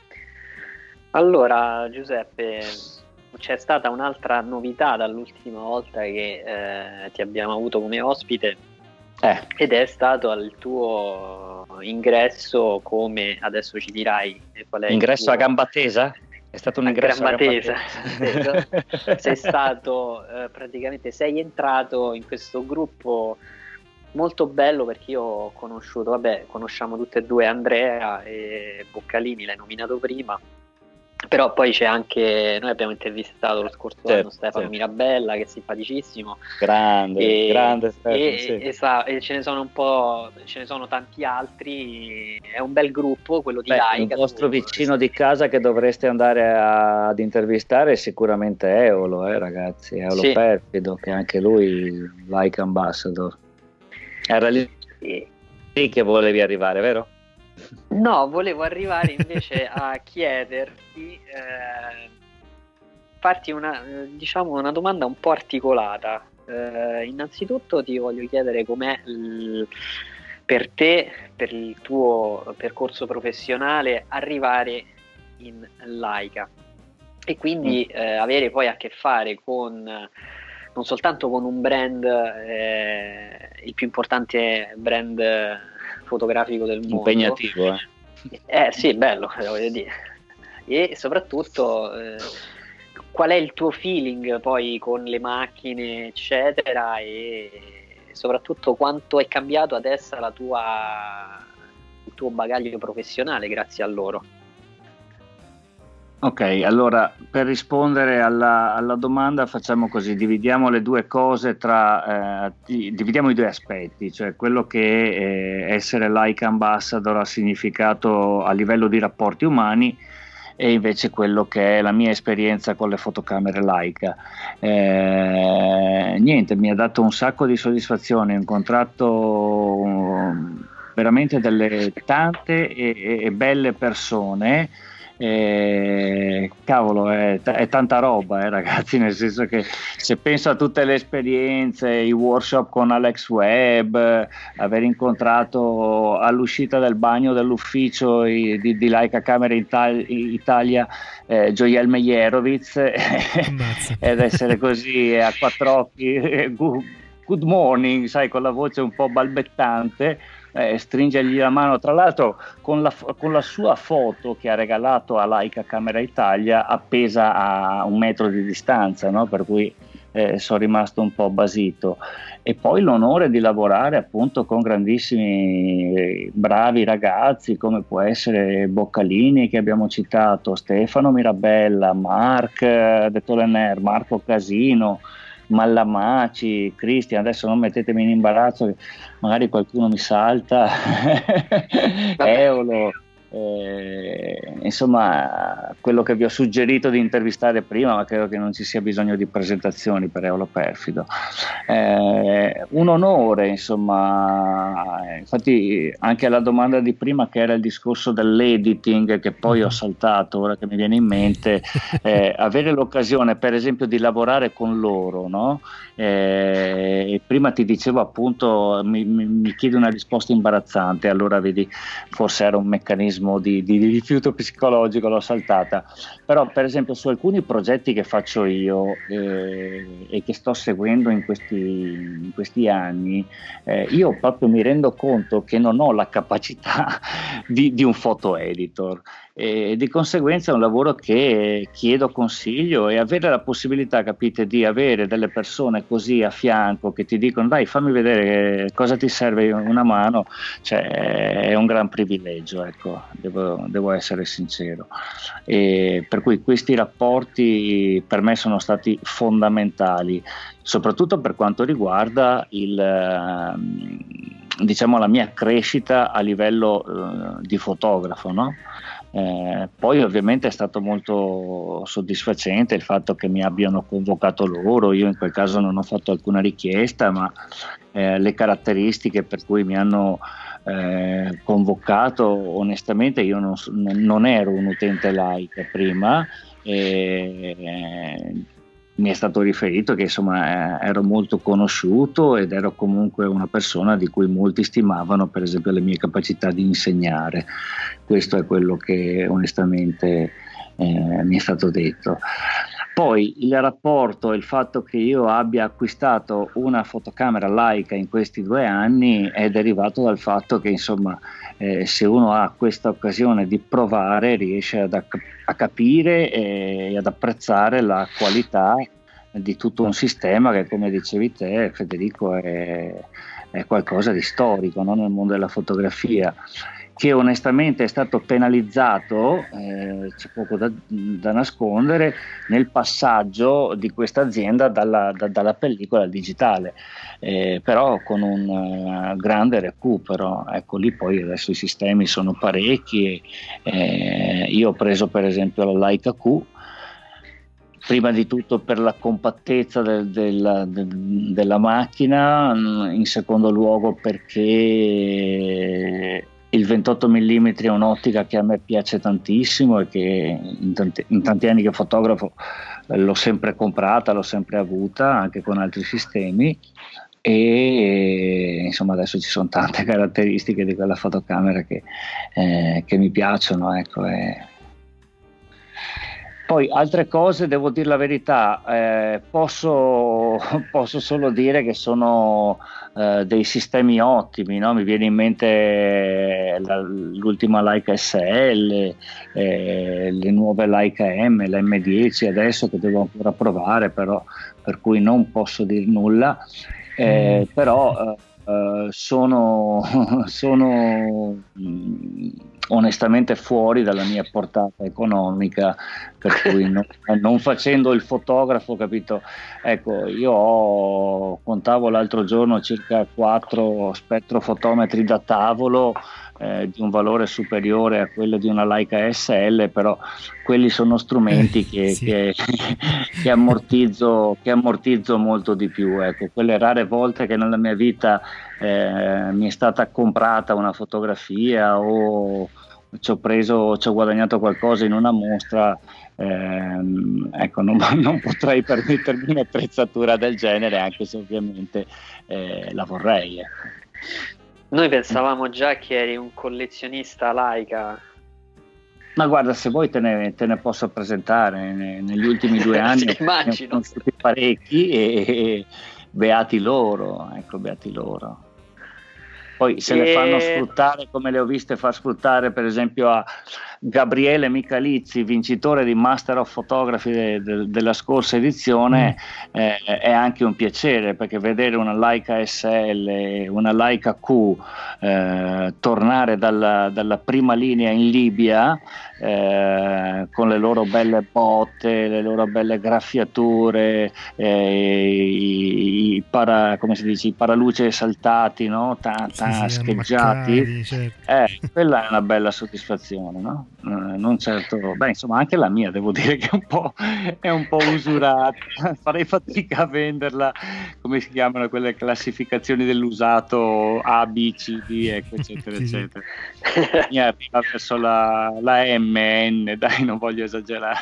Allora Giuseppe, c'è stata un'altra novità dall'ultima volta che eh, ti abbiamo avuto come ospite, eh. ed è stato il tuo ingresso come, adesso ci dirai qual è ingresso tuo... a gamba tesa? È stato un ingresso a gamba tesa. tesa. Sei stato eh, praticamente, sei entrato in questo gruppo molto bello, perché io ho conosciuto, vabbè, conosciamo tutte e due Andrea e Boccalini, l'hai nominato prima. Però poi c'è anche, noi abbiamo intervistato lo scorso certo, anno Stefano certo. Mirabella, che è simpaticissimo, grande, e, grande Stefano, e, sì. e, sa, e ce ne sono un po', ce ne sono tanti altri. È un bel gruppo quello di Beh, Laika. il vostro vicino di casa che dovreste andare a, ad intervistare è sicuramente Eolo, eh, ragazzi, Eolo sì. Perfido, che anche lui Like Ambassador. Era lì, sì. lì che volevi arrivare, vero? No, volevo arrivare invece a chiederti, eh, farti una, diciamo, una domanda un po' articolata. Eh, innanzitutto ti voglio chiedere com'è il, per te, per il tuo percorso professionale, arrivare in Laika e quindi mm. eh, avere poi a che fare con non soltanto con un brand, eh, il più importante brand fotografico del mondo. Impegnativo, eh? Eh sì, bello, voglio dire. E soprattutto eh, qual è il tuo feeling poi con le macchine, eccetera, e soprattutto quanto è cambiato adesso la tua, il tuo bagaglio professionale grazie a loro. Ok, allora per rispondere alla, alla domanda facciamo così, dividiamo le due cose tra, eh, dividiamo i due aspetti, cioè quello che eh, essere Laika Ambassador ha significato a livello di rapporti umani e invece quello che è la mia esperienza con le fotocamere Leica. Eh, niente, mi ha dato un sacco di soddisfazione, ho incontrato veramente delle tante e, e belle persone. Eh, cavolo, è, t- è tanta roba, eh, ragazzi, nel senso che se penso a tutte le esperienze, i workshop con Alex Webb, aver incontrato all'uscita del bagno dell'ufficio i, di, di Leica Camera Ital- Italia eh, Joel Meyerovic ed essere così a quattro occhi, good morning, sai, con la voce un po' balbettante, Eh, stringergli la mano, tra l'altro con la, con la sua foto che ha regalato a Leica Camera Italia appesa a un metro di distanza, no? Per cui eh, sono rimasto un po' basito. E poi l'onore di lavorare appunto con grandissimi eh, bravi ragazzi come può essere Boccalini, che abbiamo citato, Stefano Mirabella, Marc eh, de Tolener, Marco Casino, Mallamaci, Cristian, adesso non mettetemi in imbarazzo che magari qualcuno mi salta, Eolo, eh, insomma quello che vi ho suggerito di intervistare prima, ma credo che non ci sia bisogno di presentazioni per Eolo Perfido. Eh, un onore, insomma, infatti anche alla domanda di prima che era il discorso dell'editing che poi ho saltato, ora che mi viene in mente, eh, avere l'occasione per esempio di lavorare con loro, no? Eh, prima ti dicevo appunto mi, mi, mi chiedi una risposta imbarazzante, allora vedi forse era un meccanismo meccanismo di, di rifiuto psicologico l'ho saltata. Però per esempio su alcuni progetti che faccio io eh, e che sto seguendo in questi, in questi anni, eh, io proprio mi rendo conto che non ho la capacità di, di un photo editor, e di conseguenza è un lavoro che chiedo consiglio, e avere la possibilità, capite, di avere delle persone così a fianco che ti dicono dai fammi vedere cosa ti serve una mano, cioè è un gran privilegio, ecco, devo, devo essere sincero. E per cui questi rapporti per me sono stati fondamentali, soprattutto per quanto riguarda il, diciamo, la mia crescita a livello uh, di fotografo, no? Eh, poi ovviamente è stato molto soddisfacente il fatto che mi abbiano convocato loro. Io in quel caso non ho fatto alcuna richiesta, ma eh, le caratteristiche per cui mi hanno eh, convocato, onestamente io non, non ero un utente Leica prima, e eh, mi è stato riferito che insomma ero molto conosciuto ed ero comunque una persona di cui molti stimavano per esempio le mie capacità di insegnare. Questo è quello che onestamente eh, mi è stato detto. Poi il rapporto e il fatto che io abbia acquistato una fotocamera Leica in questi due anni è derivato dal fatto che insomma eh, se uno ha questa occasione di provare riesce ad, a capire e ad apprezzare la qualità di tutto un sistema che, come dicevi te Federico, è, è qualcosa di storico, no? Nel mondo della fotografia, che onestamente è stato penalizzato, eh, c'è poco da, da nascondere, nel passaggio di questa azienda dalla, da, dalla pellicola al digitale, eh, però con un uh, grande recupero. Ecco, lì poi adesso i sistemi sono parecchi, eh, io ho preso per esempio la Leica Q, prima di tutto per la compattezza del, del, del, della macchina, in secondo luogo perché il ventotto millimetri è un'ottica che a me piace tantissimo e che in tanti, in tanti anni che fotografo l'ho sempre comprata, l'ho sempre avuta anche con altri sistemi, e insomma adesso ci sono tante caratteristiche di quella fotocamera che, eh, che mi piacciono, ecco. E poi altre cose, devo dire la verità, eh, posso, posso solo dire che sono eh, dei sistemi ottimi, no? Mi viene in mente la, l'ultima Leica S L, eh, le nuove Leica M, la M dieci adesso che devo ancora provare, però per cui non posso dire nulla, eh, mm. però eh, sono, sono mh, onestamente fuori dalla mia portata economica, per cui non, non facendo il fotografo, capito? Ecco, io ho, contavo l'altro giorno circa quattro spettrofotometri da tavolo eh, di un valore superiore a quello di una Leica S L, però quelli sono strumenti che, eh, sì. che, che, ammortizzo, che ammortizzo molto di più, ecco. Quelle rare volte che nella mia vita eh, mi è stata comprata una fotografia o ci ho preso, ci ho guadagnato qualcosa in una mostra, ehm, ecco, non, non potrei permettermi un'attrezzatura del genere, anche se ovviamente eh, la vorrei, ecco. Noi pensavamo già che eri un collezionista Leica. Ma guarda, se vuoi te ne, te ne posso presentare, negli ultimi due anni sì, immagino. Sono stati parecchi e, e beati loro, ecco, beati loro. Poi se e... le fanno sfruttare come le ho viste far sfruttare per esempio a Gabriele Michalizzi, vincitore di Master of Photography de, de, della scorsa edizione, mm. eh, è anche un piacere, perché vedere una Leica S L, una Leica Q eh, tornare dalla, dalla prima linea in Libia eh, con le loro belle botte, le loro belle graffiature, eh, i, i, para, come si dice, i paraluce saltati, no? Ta, ta, sì, scheggiati, maccari, certo. eh, quella è una bella soddisfazione, no? Non certo, beh, insomma, anche la mia devo dire che è un po', è un po' usurata, farei fatica a venderla, come si chiamano quelle classificazioni dell'usato A, B, C, D, ecco, eccetera, eccetera. Mi arriva verso la, la M, N, dai, non voglio esagerare.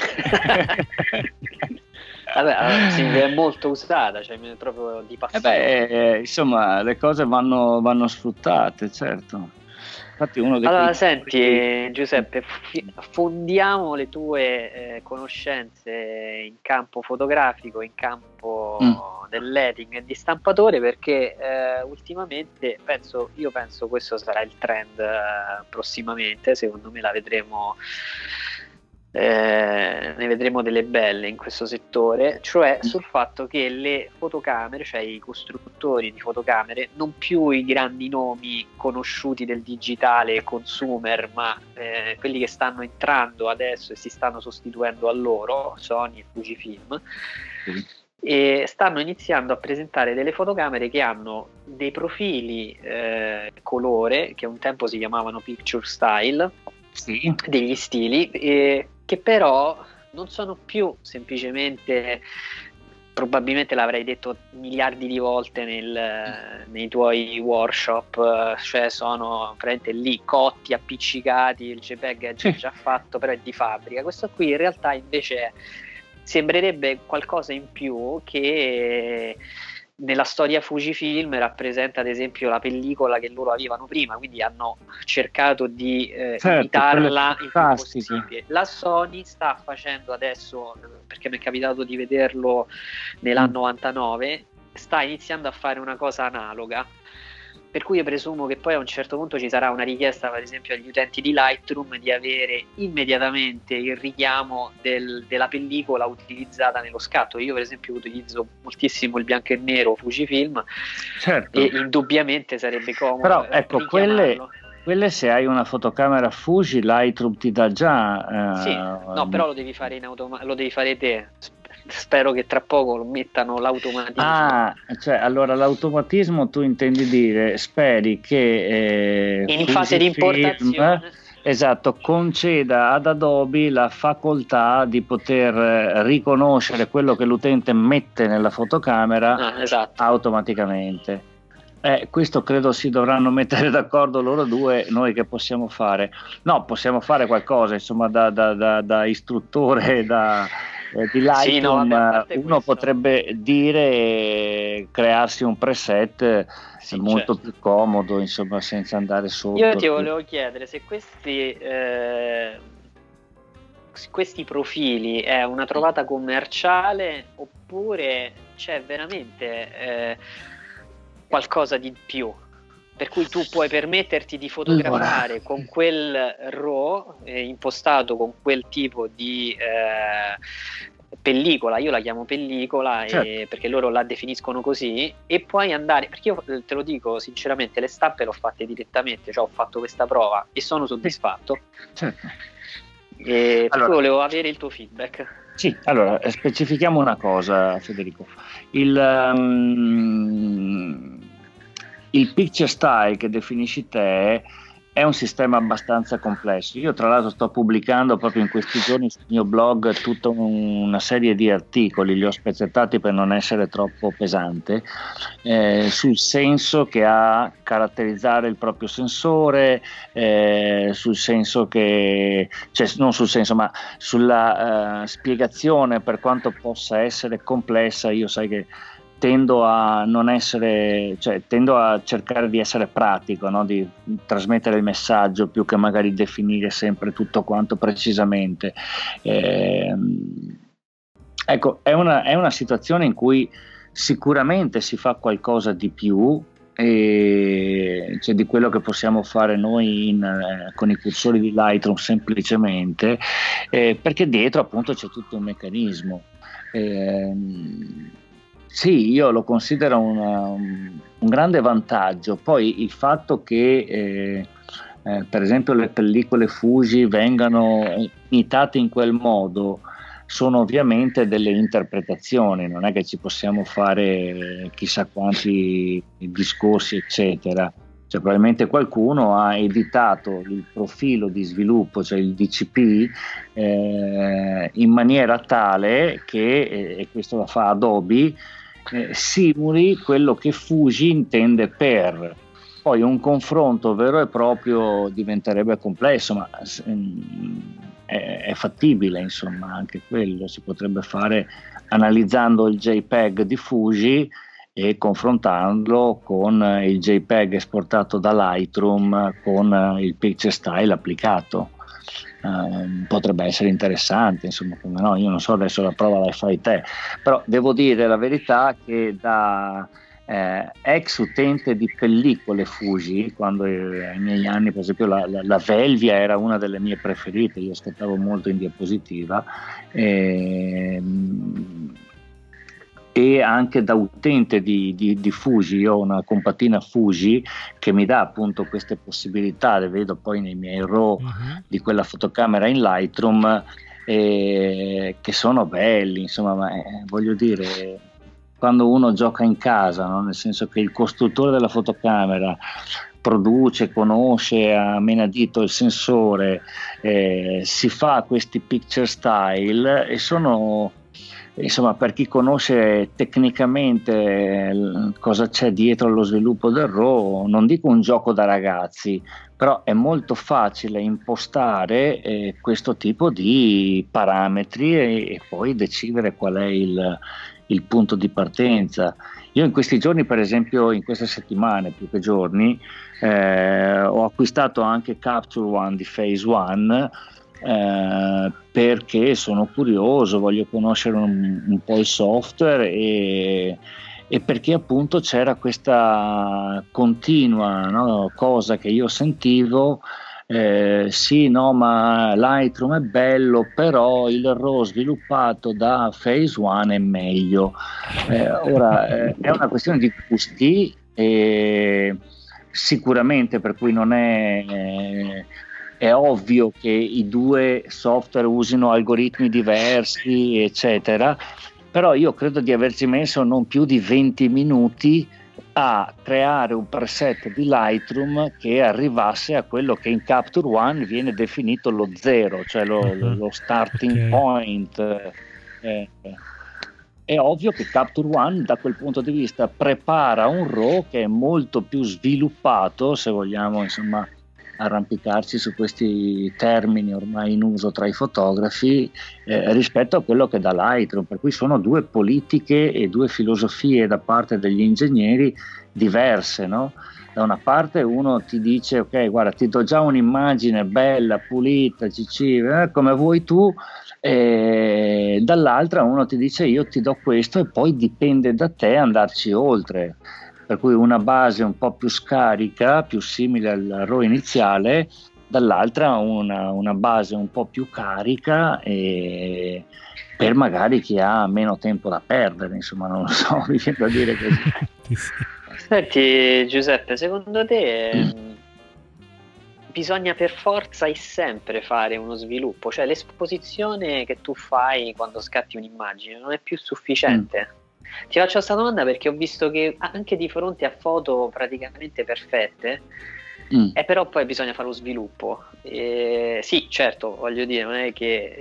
Vabbè, sì, è molto usata, cioè proprio di passione. Eh beh, insomma, le cose vanno, vanno sfruttate, certo. Infatti uno dei allora quei... senti Giuseppe, fondiamo le tue eh, conoscenze in campo fotografico, in campo mm. dell'editing e di stampatore, perché eh, ultimamente penso io penso questo sarà il trend eh, prossimamente, secondo me la vedremo Eh, ne vedremo delle belle in questo settore, cioè sul fatto che le fotocamere, cioè i costruttori di fotocamere, non più i grandi nomi conosciuti del digitale consumer, ma eh, quelli che stanno entrando adesso e si stanno sostituendo a loro, Sony e Fujifilm, mm. e stanno iniziando a presentare delle fotocamere che hanno dei profili eh, colore, che un tempo si chiamavano picture style, sì. degli stili, e che però non sono più semplicemente, probabilmente l'avrai detto miliardi di volte nel, nei tuoi workshop, cioè sono veramente lì cotti, appiccicati, il JPEG è già fatto, però è di fabbrica. Questo qui in realtà invece sembrerebbe qualcosa in più che nella storia Fujifilm rappresenta ad esempio la pellicola che loro avevano prima, quindi hanno cercato di eh, certo, imitarla il più possibile. La Sony sta facendo adesso, perché mi è capitato di vederlo nell'anno novantanove, sta iniziando a fare una cosa analoga, per cui io presumo che poi a un certo punto ci sarà una richiesta, per esempio agli utenti di Lightroom, di avere immediatamente il richiamo del, della pellicola utilizzata nello scatto. Io per esempio utilizzo moltissimo il bianco e nero Fujifilm, certo. e indubbiamente sarebbe comodo. Però ecco, quelle, quelle se hai una fotocamera Fuji, Lightroom ti dà già... Eh, sì, no, però lo devi fare in automa- lo devi fare te. Spero che tra poco lo mettano l'automatismo. Ah, cioè allora l'automatismo tu intendi dire, speri che eh, in fase di importazione film, esatto, conceda ad Adobe la facoltà di poter riconoscere quello che l'utente mette nella fotocamera ah, esatto. automaticamente. Eh, questo credo si dovranno mettere d'accordo loro due, noi che possiamo fare? No, possiamo fare qualcosa, insomma, da, da, da, da istruttore, da... di Lightroom, sì, no, vabbè, uno questo. potrebbe dire crearsi un preset sì, molto certo. più comodo, insomma, senza andare sotto. Io ti volevo chiedere se questi eh, questi profili è una trovata commerciale oppure c'è veramente eh, qualcosa di più, per cui tu puoi permetterti di fotografare con quel RAW eh, impostato con quel tipo di eh, pellicola, io la chiamo pellicola certo. e, perché loro la definiscono così, e puoi andare, perché io te lo dico sinceramente, le stampe l'ho fatte direttamente, cioè ho fatto questa prova e sono soddisfatto. Certo. E allora, volevo avere il tuo feedback. Sì, allora specifichiamo una cosa, Federico. Il um, il picture style che definisci te è un sistema abbastanza complesso. Io tra l'altro sto pubblicando proprio in questi giorni sul mio blog tutta una serie di articoli, li ho spezzettati per non essere troppo pesante, eh, sul senso che ha caratterizzare il proprio sensore, eh, sul senso che, cioè non sul senso ma sulla uh, spiegazione, per quanto possa essere complessa. Io sai che tendo a non essere, cioè tendo a cercare di essere pratico, no? Di trasmettere il messaggio più che magari definire sempre tutto quanto precisamente. Eh, ecco, è una, è una situazione in cui sicuramente si fa qualcosa di più, e, cioè di quello che possiamo fare noi in, eh, con i cursori di Lightroom semplicemente, eh, perché dietro appunto c'è tutto un meccanismo. Eh, Sì, io lo considero una, un, un grande vantaggio. Poi il fatto che eh, eh, per esempio le pellicole Fuji vengano imitate in quel modo sono ovviamente delle interpretazioni, non è che ci possiamo fare chissà quanti discorsi eccetera. Cioè, probabilmente qualcuno ha editato il profilo di sviluppo, cioè il D C P, eh, in maniera tale che, eh, e questo la fa Adobe, Eh, simuli quello che Fuji intende per. Poi un confronto vero e proprio diventerebbe complesso, ma è, è fattibile, insomma, anche quello si potrebbe fare analizzando il JPEG di Fuji e confrontarlo con il JPEG esportato da Lightroom con il picture style applicato. Uh, potrebbe essere interessante, insomma, come no, io non so, adesso la prova la fai te, però devo dire la verità che da eh, ex utente di pellicole Fuji, quando eh, ai miei anni per esempio la, la, la Velvia era una delle mie preferite, io scattavo molto in diapositiva, e, e anche da utente di, di, di Fuji, io ho una compatina Fuji che mi dà appunto queste possibilità, le vedo poi nei miei RAW uh-huh. di quella fotocamera in Lightroom, eh, che sono belli, insomma, ma, eh, voglio dire, quando uno gioca in casa, no? Nel senso che il costruttore della fotocamera produce, conosce a menadito il sensore, eh, si fa questi picture style e sono... Insomma, per chi conosce tecnicamente cosa c'è dietro allo sviluppo del RAW, non dico un gioco da ragazzi, però è molto facile impostare eh, questo tipo di parametri e, e poi decidere qual è il, il punto di partenza. Io in questi giorni, per esempio, in queste settimane, più che giorni, eh, ho acquistato anche Capture One di Phase One, Eh, perché sono curioso, voglio conoscere un, un po' il software e, e perché appunto c'era questa continua, no, cosa che io sentivo, eh, sì, no, ma Lightroom è bello, però il RAW sviluppato da Phase One è meglio. Eh, ora eh, è una questione di gusti, e sicuramente, per cui non è eh, è ovvio che i due software usino algoritmi diversi, eccetera, però io credo di averci messo non più di venti minuti a creare un preset di Lightroom che arrivasse a quello che in Capture One viene definito lo zero, cioè lo, uh-huh. lo starting okay. point. Eh, è ovvio che Capture One da quel punto di vista prepara un RAW che è molto più sviluppato, se vogliamo, insomma, arrampicarci su questi termini ormai in uso tra i fotografi, eh, rispetto a quello che dà Lightroom, per cui sono due politiche e due filosofie da parte degli ingegneri diverse, no? Da una parte uno ti dice ok, guarda, ti do già un'immagine bella, pulita, cc, eh, come vuoi tu, e dall'altra uno ti dice io ti do questo e poi dipende da te andarci oltre. Per cui una base un po' più scarica, più simile al RAW iniziale, dall'altra una, una base un po' più carica, e per magari chi ha meno tempo da perdere, insomma, non lo so, mi viene da dire così. Senti Giuseppe, secondo te mm. bisogna per forza e sempre fare uno sviluppo? Cioè l'esposizione che tu fai quando scatti un'immagine non è più sufficiente? Mm. Ti faccio questa domanda perché ho visto che anche di fronte a foto praticamente perfette, mm. e però poi bisogna fare lo sviluppo. E, sì, certo, voglio dire, non è che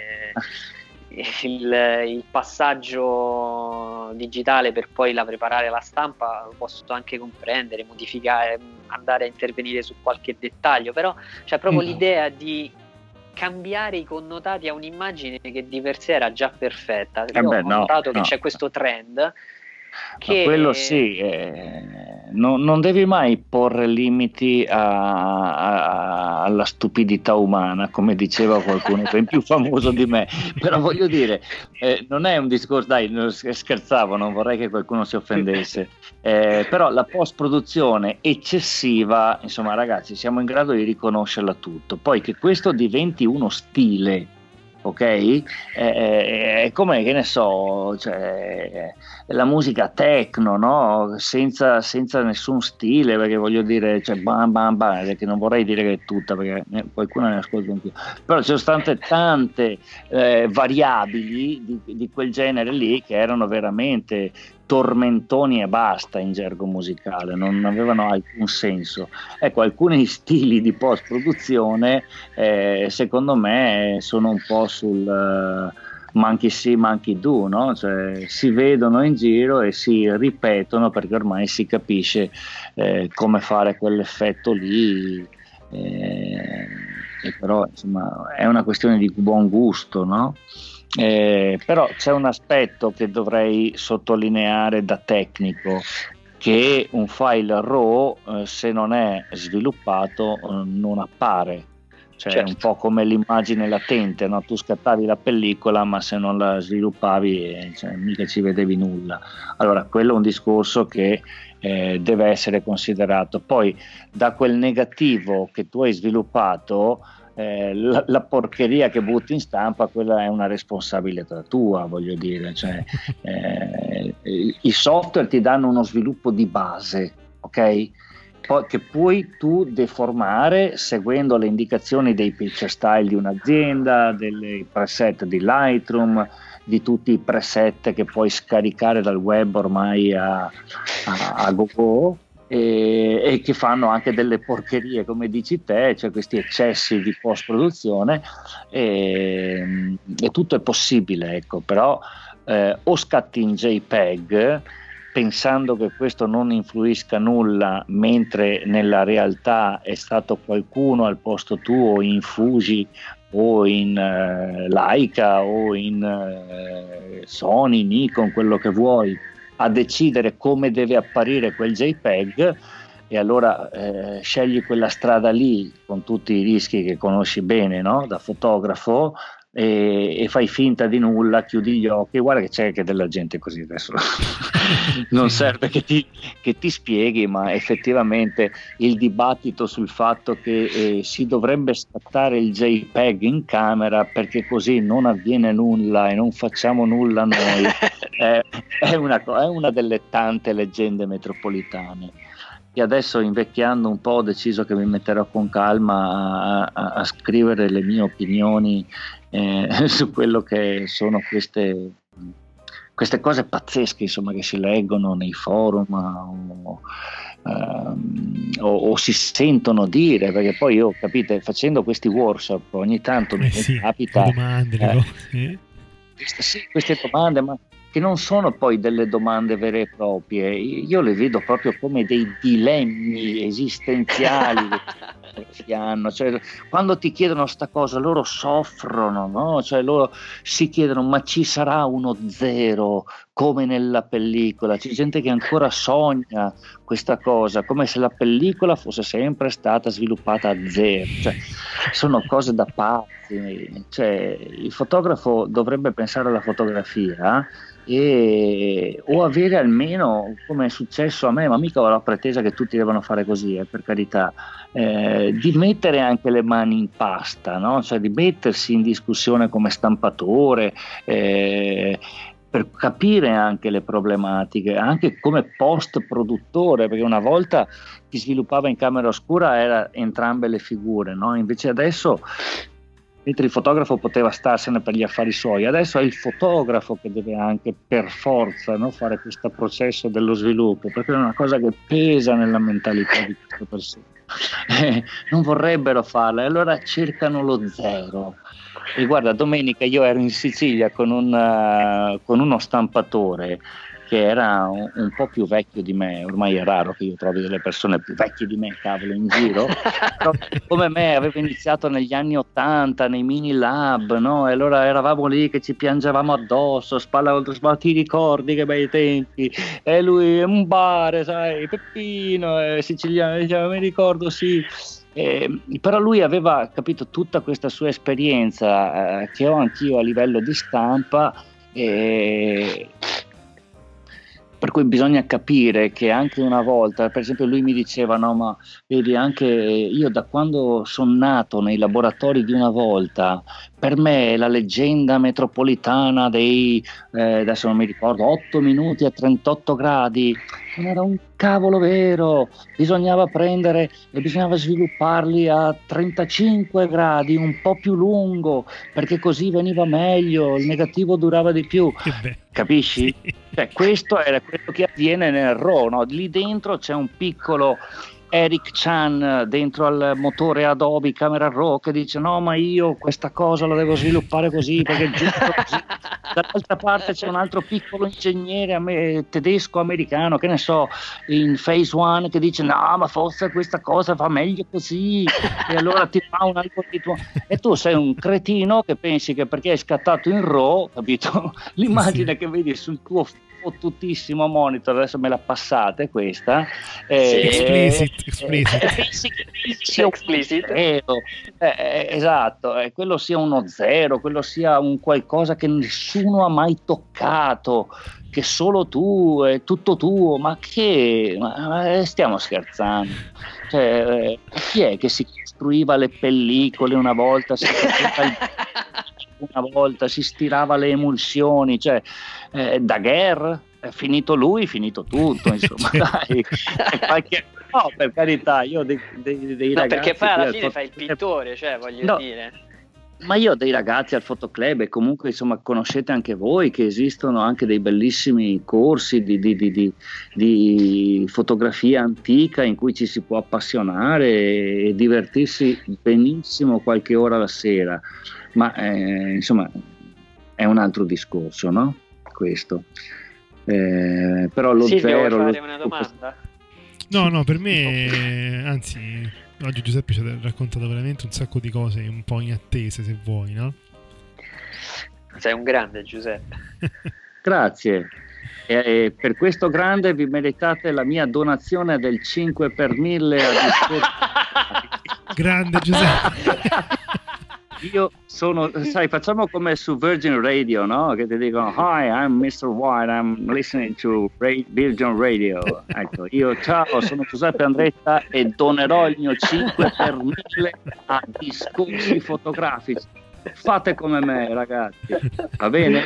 eh, il, il passaggio digitale per poi la preparare la stampa lo posso anche comprendere, modificare, andare a intervenire su qualche dettaglio, però c'è proprio mm. l'idea di cambiare i connotati a un'immagine che di per sé era già perfetta. Io eh beh, ho notato no, che no. c'è questo trend che... Ma quello sì, eh, no, non devi mai porre limiti a, a, alla stupidità umana, come diceva qualcuno ben più famoso di me, però voglio dire, eh, non è un discorso, dai, scherzavo, non vorrei che qualcuno si offendesse, eh, però la post-produzione eccessiva, insomma ragazzi, siamo in grado di riconoscerla tutto, poi che questo diventi uno stile, ok? Eh, è come, che ne so, cioè, la musica techno, no? Senza, senza nessun stile, perché voglio dire, cioè, bam bam bam, perché non vorrei dire che è tutta, perché qualcuno ne ascolta anche io, però ci sono state tante eh, variabili di, di quel genere lì che erano veramente tormentoni e basta in gergo musicale, non avevano alcun senso. Ecco, alcuni stili di post produzione eh, secondo me sono un po' sul uh, monkey see, monkey do, no? Cioè, si vedono in giro e si ripetono perché ormai si capisce eh, come fare quell'effetto lì, eh, e però insomma è una questione di buon gusto, no? Eh, però c'è un aspetto che dovrei sottolineare da tecnico, che un file RAW eh, se non è sviluppato eh, non appare, cioè certo. È un po' come l'immagine latente, no? Tu scattavi la pellicola ma se non la sviluppavi eh, cioè, mica ci vedevi nulla. Allora quello è un discorso che eh, deve essere considerato. Poi da quel negativo che tu hai sviluppato, Eh, la, la porcheria che butti in stampa, quella è una responsabilità tua, voglio dire, cioè, eh, i software ti danno uno sviluppo di base, ok? Poi, che puoi tu deformare seguendo le indicazioni dei picture style di un'azienda, dei preset di Lightroom, di tutti i preset che puoi scaricare dal web ormai a, a, a go-go. E, e che fanno anche delle porcherie, come dici te, cioè questi eccessi di post produzione, e, e tutto è possibile, ecco. Però eh, o scatti in JPEG pensando che questo non influisca nulla, mentre nella realtà è stato qualcuno al posto tuo in Fuji o in uh, Leica o in uh, Sony, Nikon, quello che vuoi, a decidere come deve apparire quel JPEG, e allora eh, scegli quella strada lì con tutti i rischi che conosci bene, no? Da fotografo, e, e fai finta di nulla, chiudi gli occhi. Guarda che c'è anche della gente così adesso. Non serve che ti, che ti spieghi, ma effettivamente il dibattito sul fatto che eh, si dovrebbe scattare il JPEG in camera perché così non avviene nulla e non facciamo nulla noi è, è, una, è una delle tante leggende metropolitane. E adesso, invecchiando un po', ho deciso che mi metterò con calma a, a, a scrivere le mie opinioni eh, su quello che sono queste queste cose pazzesche, insomma, che si leggono nei forum o, um, o, o si sentono dire, perché poi io, capite, facendo questi workshop ogni tanto mi eh sì, capita domande, eh, eh. queste, sì, queste domande, ma che non sono poi delle domande vere e proprie, io le vedo proprio come dei dilemmi esistenziali che hanno, cioè, quando ti chiedono sta cosa loro soffrono, no? Cioè loro si chiedono: ma ci sarà uno zero come nella pellicola? C'è gente che ancora sogna questa cosa, come se la pellicola fosse sempre stata sviluppata a zero, cioè, sono cose da pazzi. Cioè, il fotografo dovrebbe pensare alla fotografia e o avere almeno, come è successo a me, ma mica ho la pretesa che tutti devono fare così, eh, per carità, eh, di mettere anche le mani in pasta, no? Cioè di mettersi in discussione come stampatore, eh, per capire anche le problematiche, anche come post produttore, perché una volta chi sviluppava in camera oscura era entrambe le figure, no? Invece adesso, mentre il fotografo poteva starsene per gli affari suoi, adesso è il fotografo che deve anche per forza, no, fare questo processo dello sviluppo, perché è una cosa che pesa nella mentalità di queste persone. Eh, non vorrebbero farla e allora cercano lo zero. E guarda, domenica io ero in Sicilia con, un, uh, con uno stampatore che era un, un po' più vecchio di me. Ormai è raro che io trovi delle persone più vecchie di me, cavolo, in giro. Però, come me, aveva iniziato negli anni ottanta nei mini lab, no? E allora eravamo lì che ci piangevamo addosso, spalla contro spalla, ti ricordi che bei tempi? E lui è un bar, sai, Peppino, è siciliano, diceva, mi ricordo, sì. Eh, però lui aveva capito tutta questa sua esperienza eh, che ho anch'io a livello di stampa, eh, per cui bisogna capire che anche una volta, per esempio lui mi diceva, no, ma vedi, anche io da quando sono nato nei laboratori di una volta, per me la leggenda metropolitana dei, eh, adesso non mi ricordo, otto minuti a trentotto gradi, non era un cavolo vero, bisognava prendere e bisognava svilupparli a trentacinque gradi, un po' più lungo, perché così veniva meglio, il negativo durava di più. Capisci? Sì. Cioè, questo era quello che avviene nel RAW, no? Lì dentro c'è un piccolo Eric Chan dentro al motore Adobe Camera Raw che dice no ma io questa cosa la devo sviluppare così perché è giusto così. Dall'altra parte c'è un altro piccolo ingegnere ame- tedesco americano che ne so in Phase One che dice no ma forse questa cosa va meglio così e allora ti fa un algoritmo e tu sei un cretino che pensi che perché hai scattato in RAW, capito, l'immagine sì. che vedi sul tuo fottutissimo monitor, adesso me la passate questa eh, explicit, explicit. Eh, pensi che sia explicit. Zero, eh, esatto, eh, quello sia uno zero, quello sia un qualcosa che nessuno ha mai toccato, che solo tu, è tutto tuo, ma che ma stiamo scherzando, cioè, chi è che si costruiva le pellicole una volta, si una volta si stirava le emulsioni, cioè eh, Daguerre, è finito lui, finito tutto, insomma, dai. Qualche... no, per carità, io dei, dei, dei no, ragazzi perché poi alla fine foto... fai il pittore, cioè voglio no. dire. Ma io ho dei ragazzi al fotoclub e comunque insomma conoscete anche voi che esistono anche dei bellissimi corsi di, di, di, di, di fotografia antica in cui ci si può appassionare e divertirsi benissimo qualche ora la sera, ma eh, insomma è un altro discorso, no? Questo. Eh, però lo Silvio, zero... vuoi fare lo... una domanda? No, no, per me anzi... Oggi Giuseppe ci ha raccontato veramente un sacco di cose un po' inattese, se vuoi, no? Sei un grande, Giuseppe. Grazie. E, e per questo grande vi meritate la mia donazione del cinque per mille a discorso. Grande Giuseppe. Io sono, sai, facciamo come su Virgin Radio, no? Che ti dicono hi, I'm mister White, I'm listening to Virgin Radio. Ecco, io ciao, sono Giuseppe Andretta e donerò il mio cinque per mille a discorsi fotografici. Fate come me, ragazzi, va bene?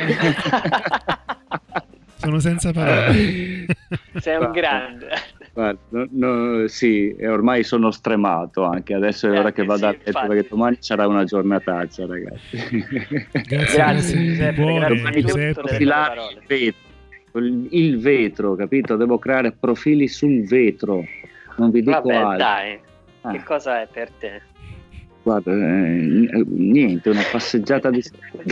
Sono senza parole. Sei un grande. Guarda, no, no, sì, e ormai sono stremato anche, adesso è ora che vado sì, a letto infatti. Perché domani sarà una giornataccia, ragazzi. Grazie, grazie Giuseppe, buone, Giuseppe. Profilare il vetro, il, il vetro, capito? Devo creare profili sul vetro, non vi dico Vabbè, altro. Dai, ah. Che cosa è per te? Guarda, eh, niente, una passeggiata di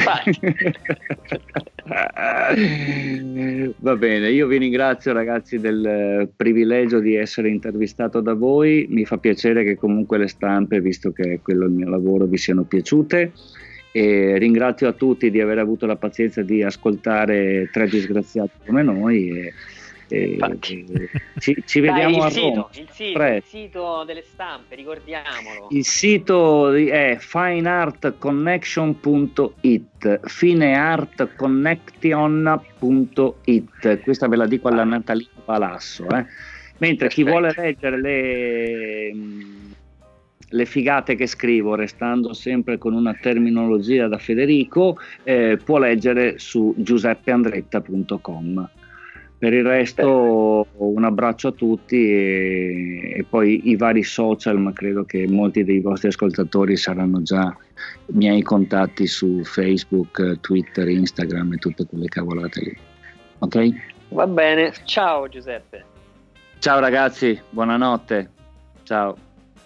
va bene, io vi ringrazio ragazzi del privilegio di essere intervistato da voi, mi fa piacere che comunque le stampe, visto che è quello il mio lavoro, vi siano piaciute e ringrazio a tutti di aver avuto la pazienza di ascoltare tre disgraziati come noi e E, e, ci, ci vediamo Dai, il a sito, Roma. Il sito, il sito delle stampe, ricordiamolo. Il sito è fine art connection punto it, fineartconnection punto it. Questa ve la dico alla Natalina Palasso, eh. Mentre chi vuole leggere le, le figate che scrivo, restando sempre con una terminologia da Federico, eh, può leggere su giuseppe andretta punto com. Per il resto un abbraccio a tutti e, e poi i vari social, ma credo che molti dei vostri ascoltatori saranno già miei contatti su Facebook, Twitter, Instagram e tutte quelle cavolate lì. Ok? Va bene, ciao Giuseppe. Ciao ragazzi, buonanotte. Ciao.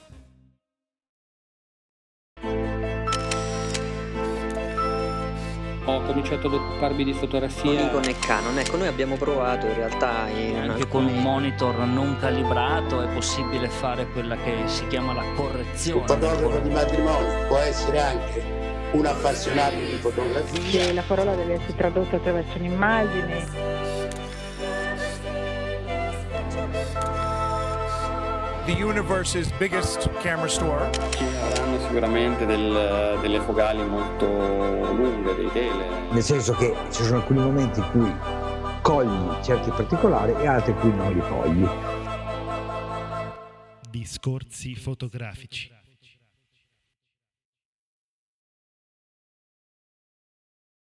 Ho cominciato ad occuparmi di fotografia con il Canon. Ecco, noi abbiamo provato in realtà in anche alcuni... con un monitor non calibrato è possibile fare quella che si chiama la correzione. Un fotografo di matrimonio può essere anche un appassionato di fotografia. La parola deve essere tradotta attraverso un'immagine. The universe's biggest camera store. Ci avranno sicuramente del, delle focali molto lunghe, dei tele. Nel senso che ci sono alcuni momenti in cui cogli certi particolari e altri in cui non li cogli. Discorsi fotografici.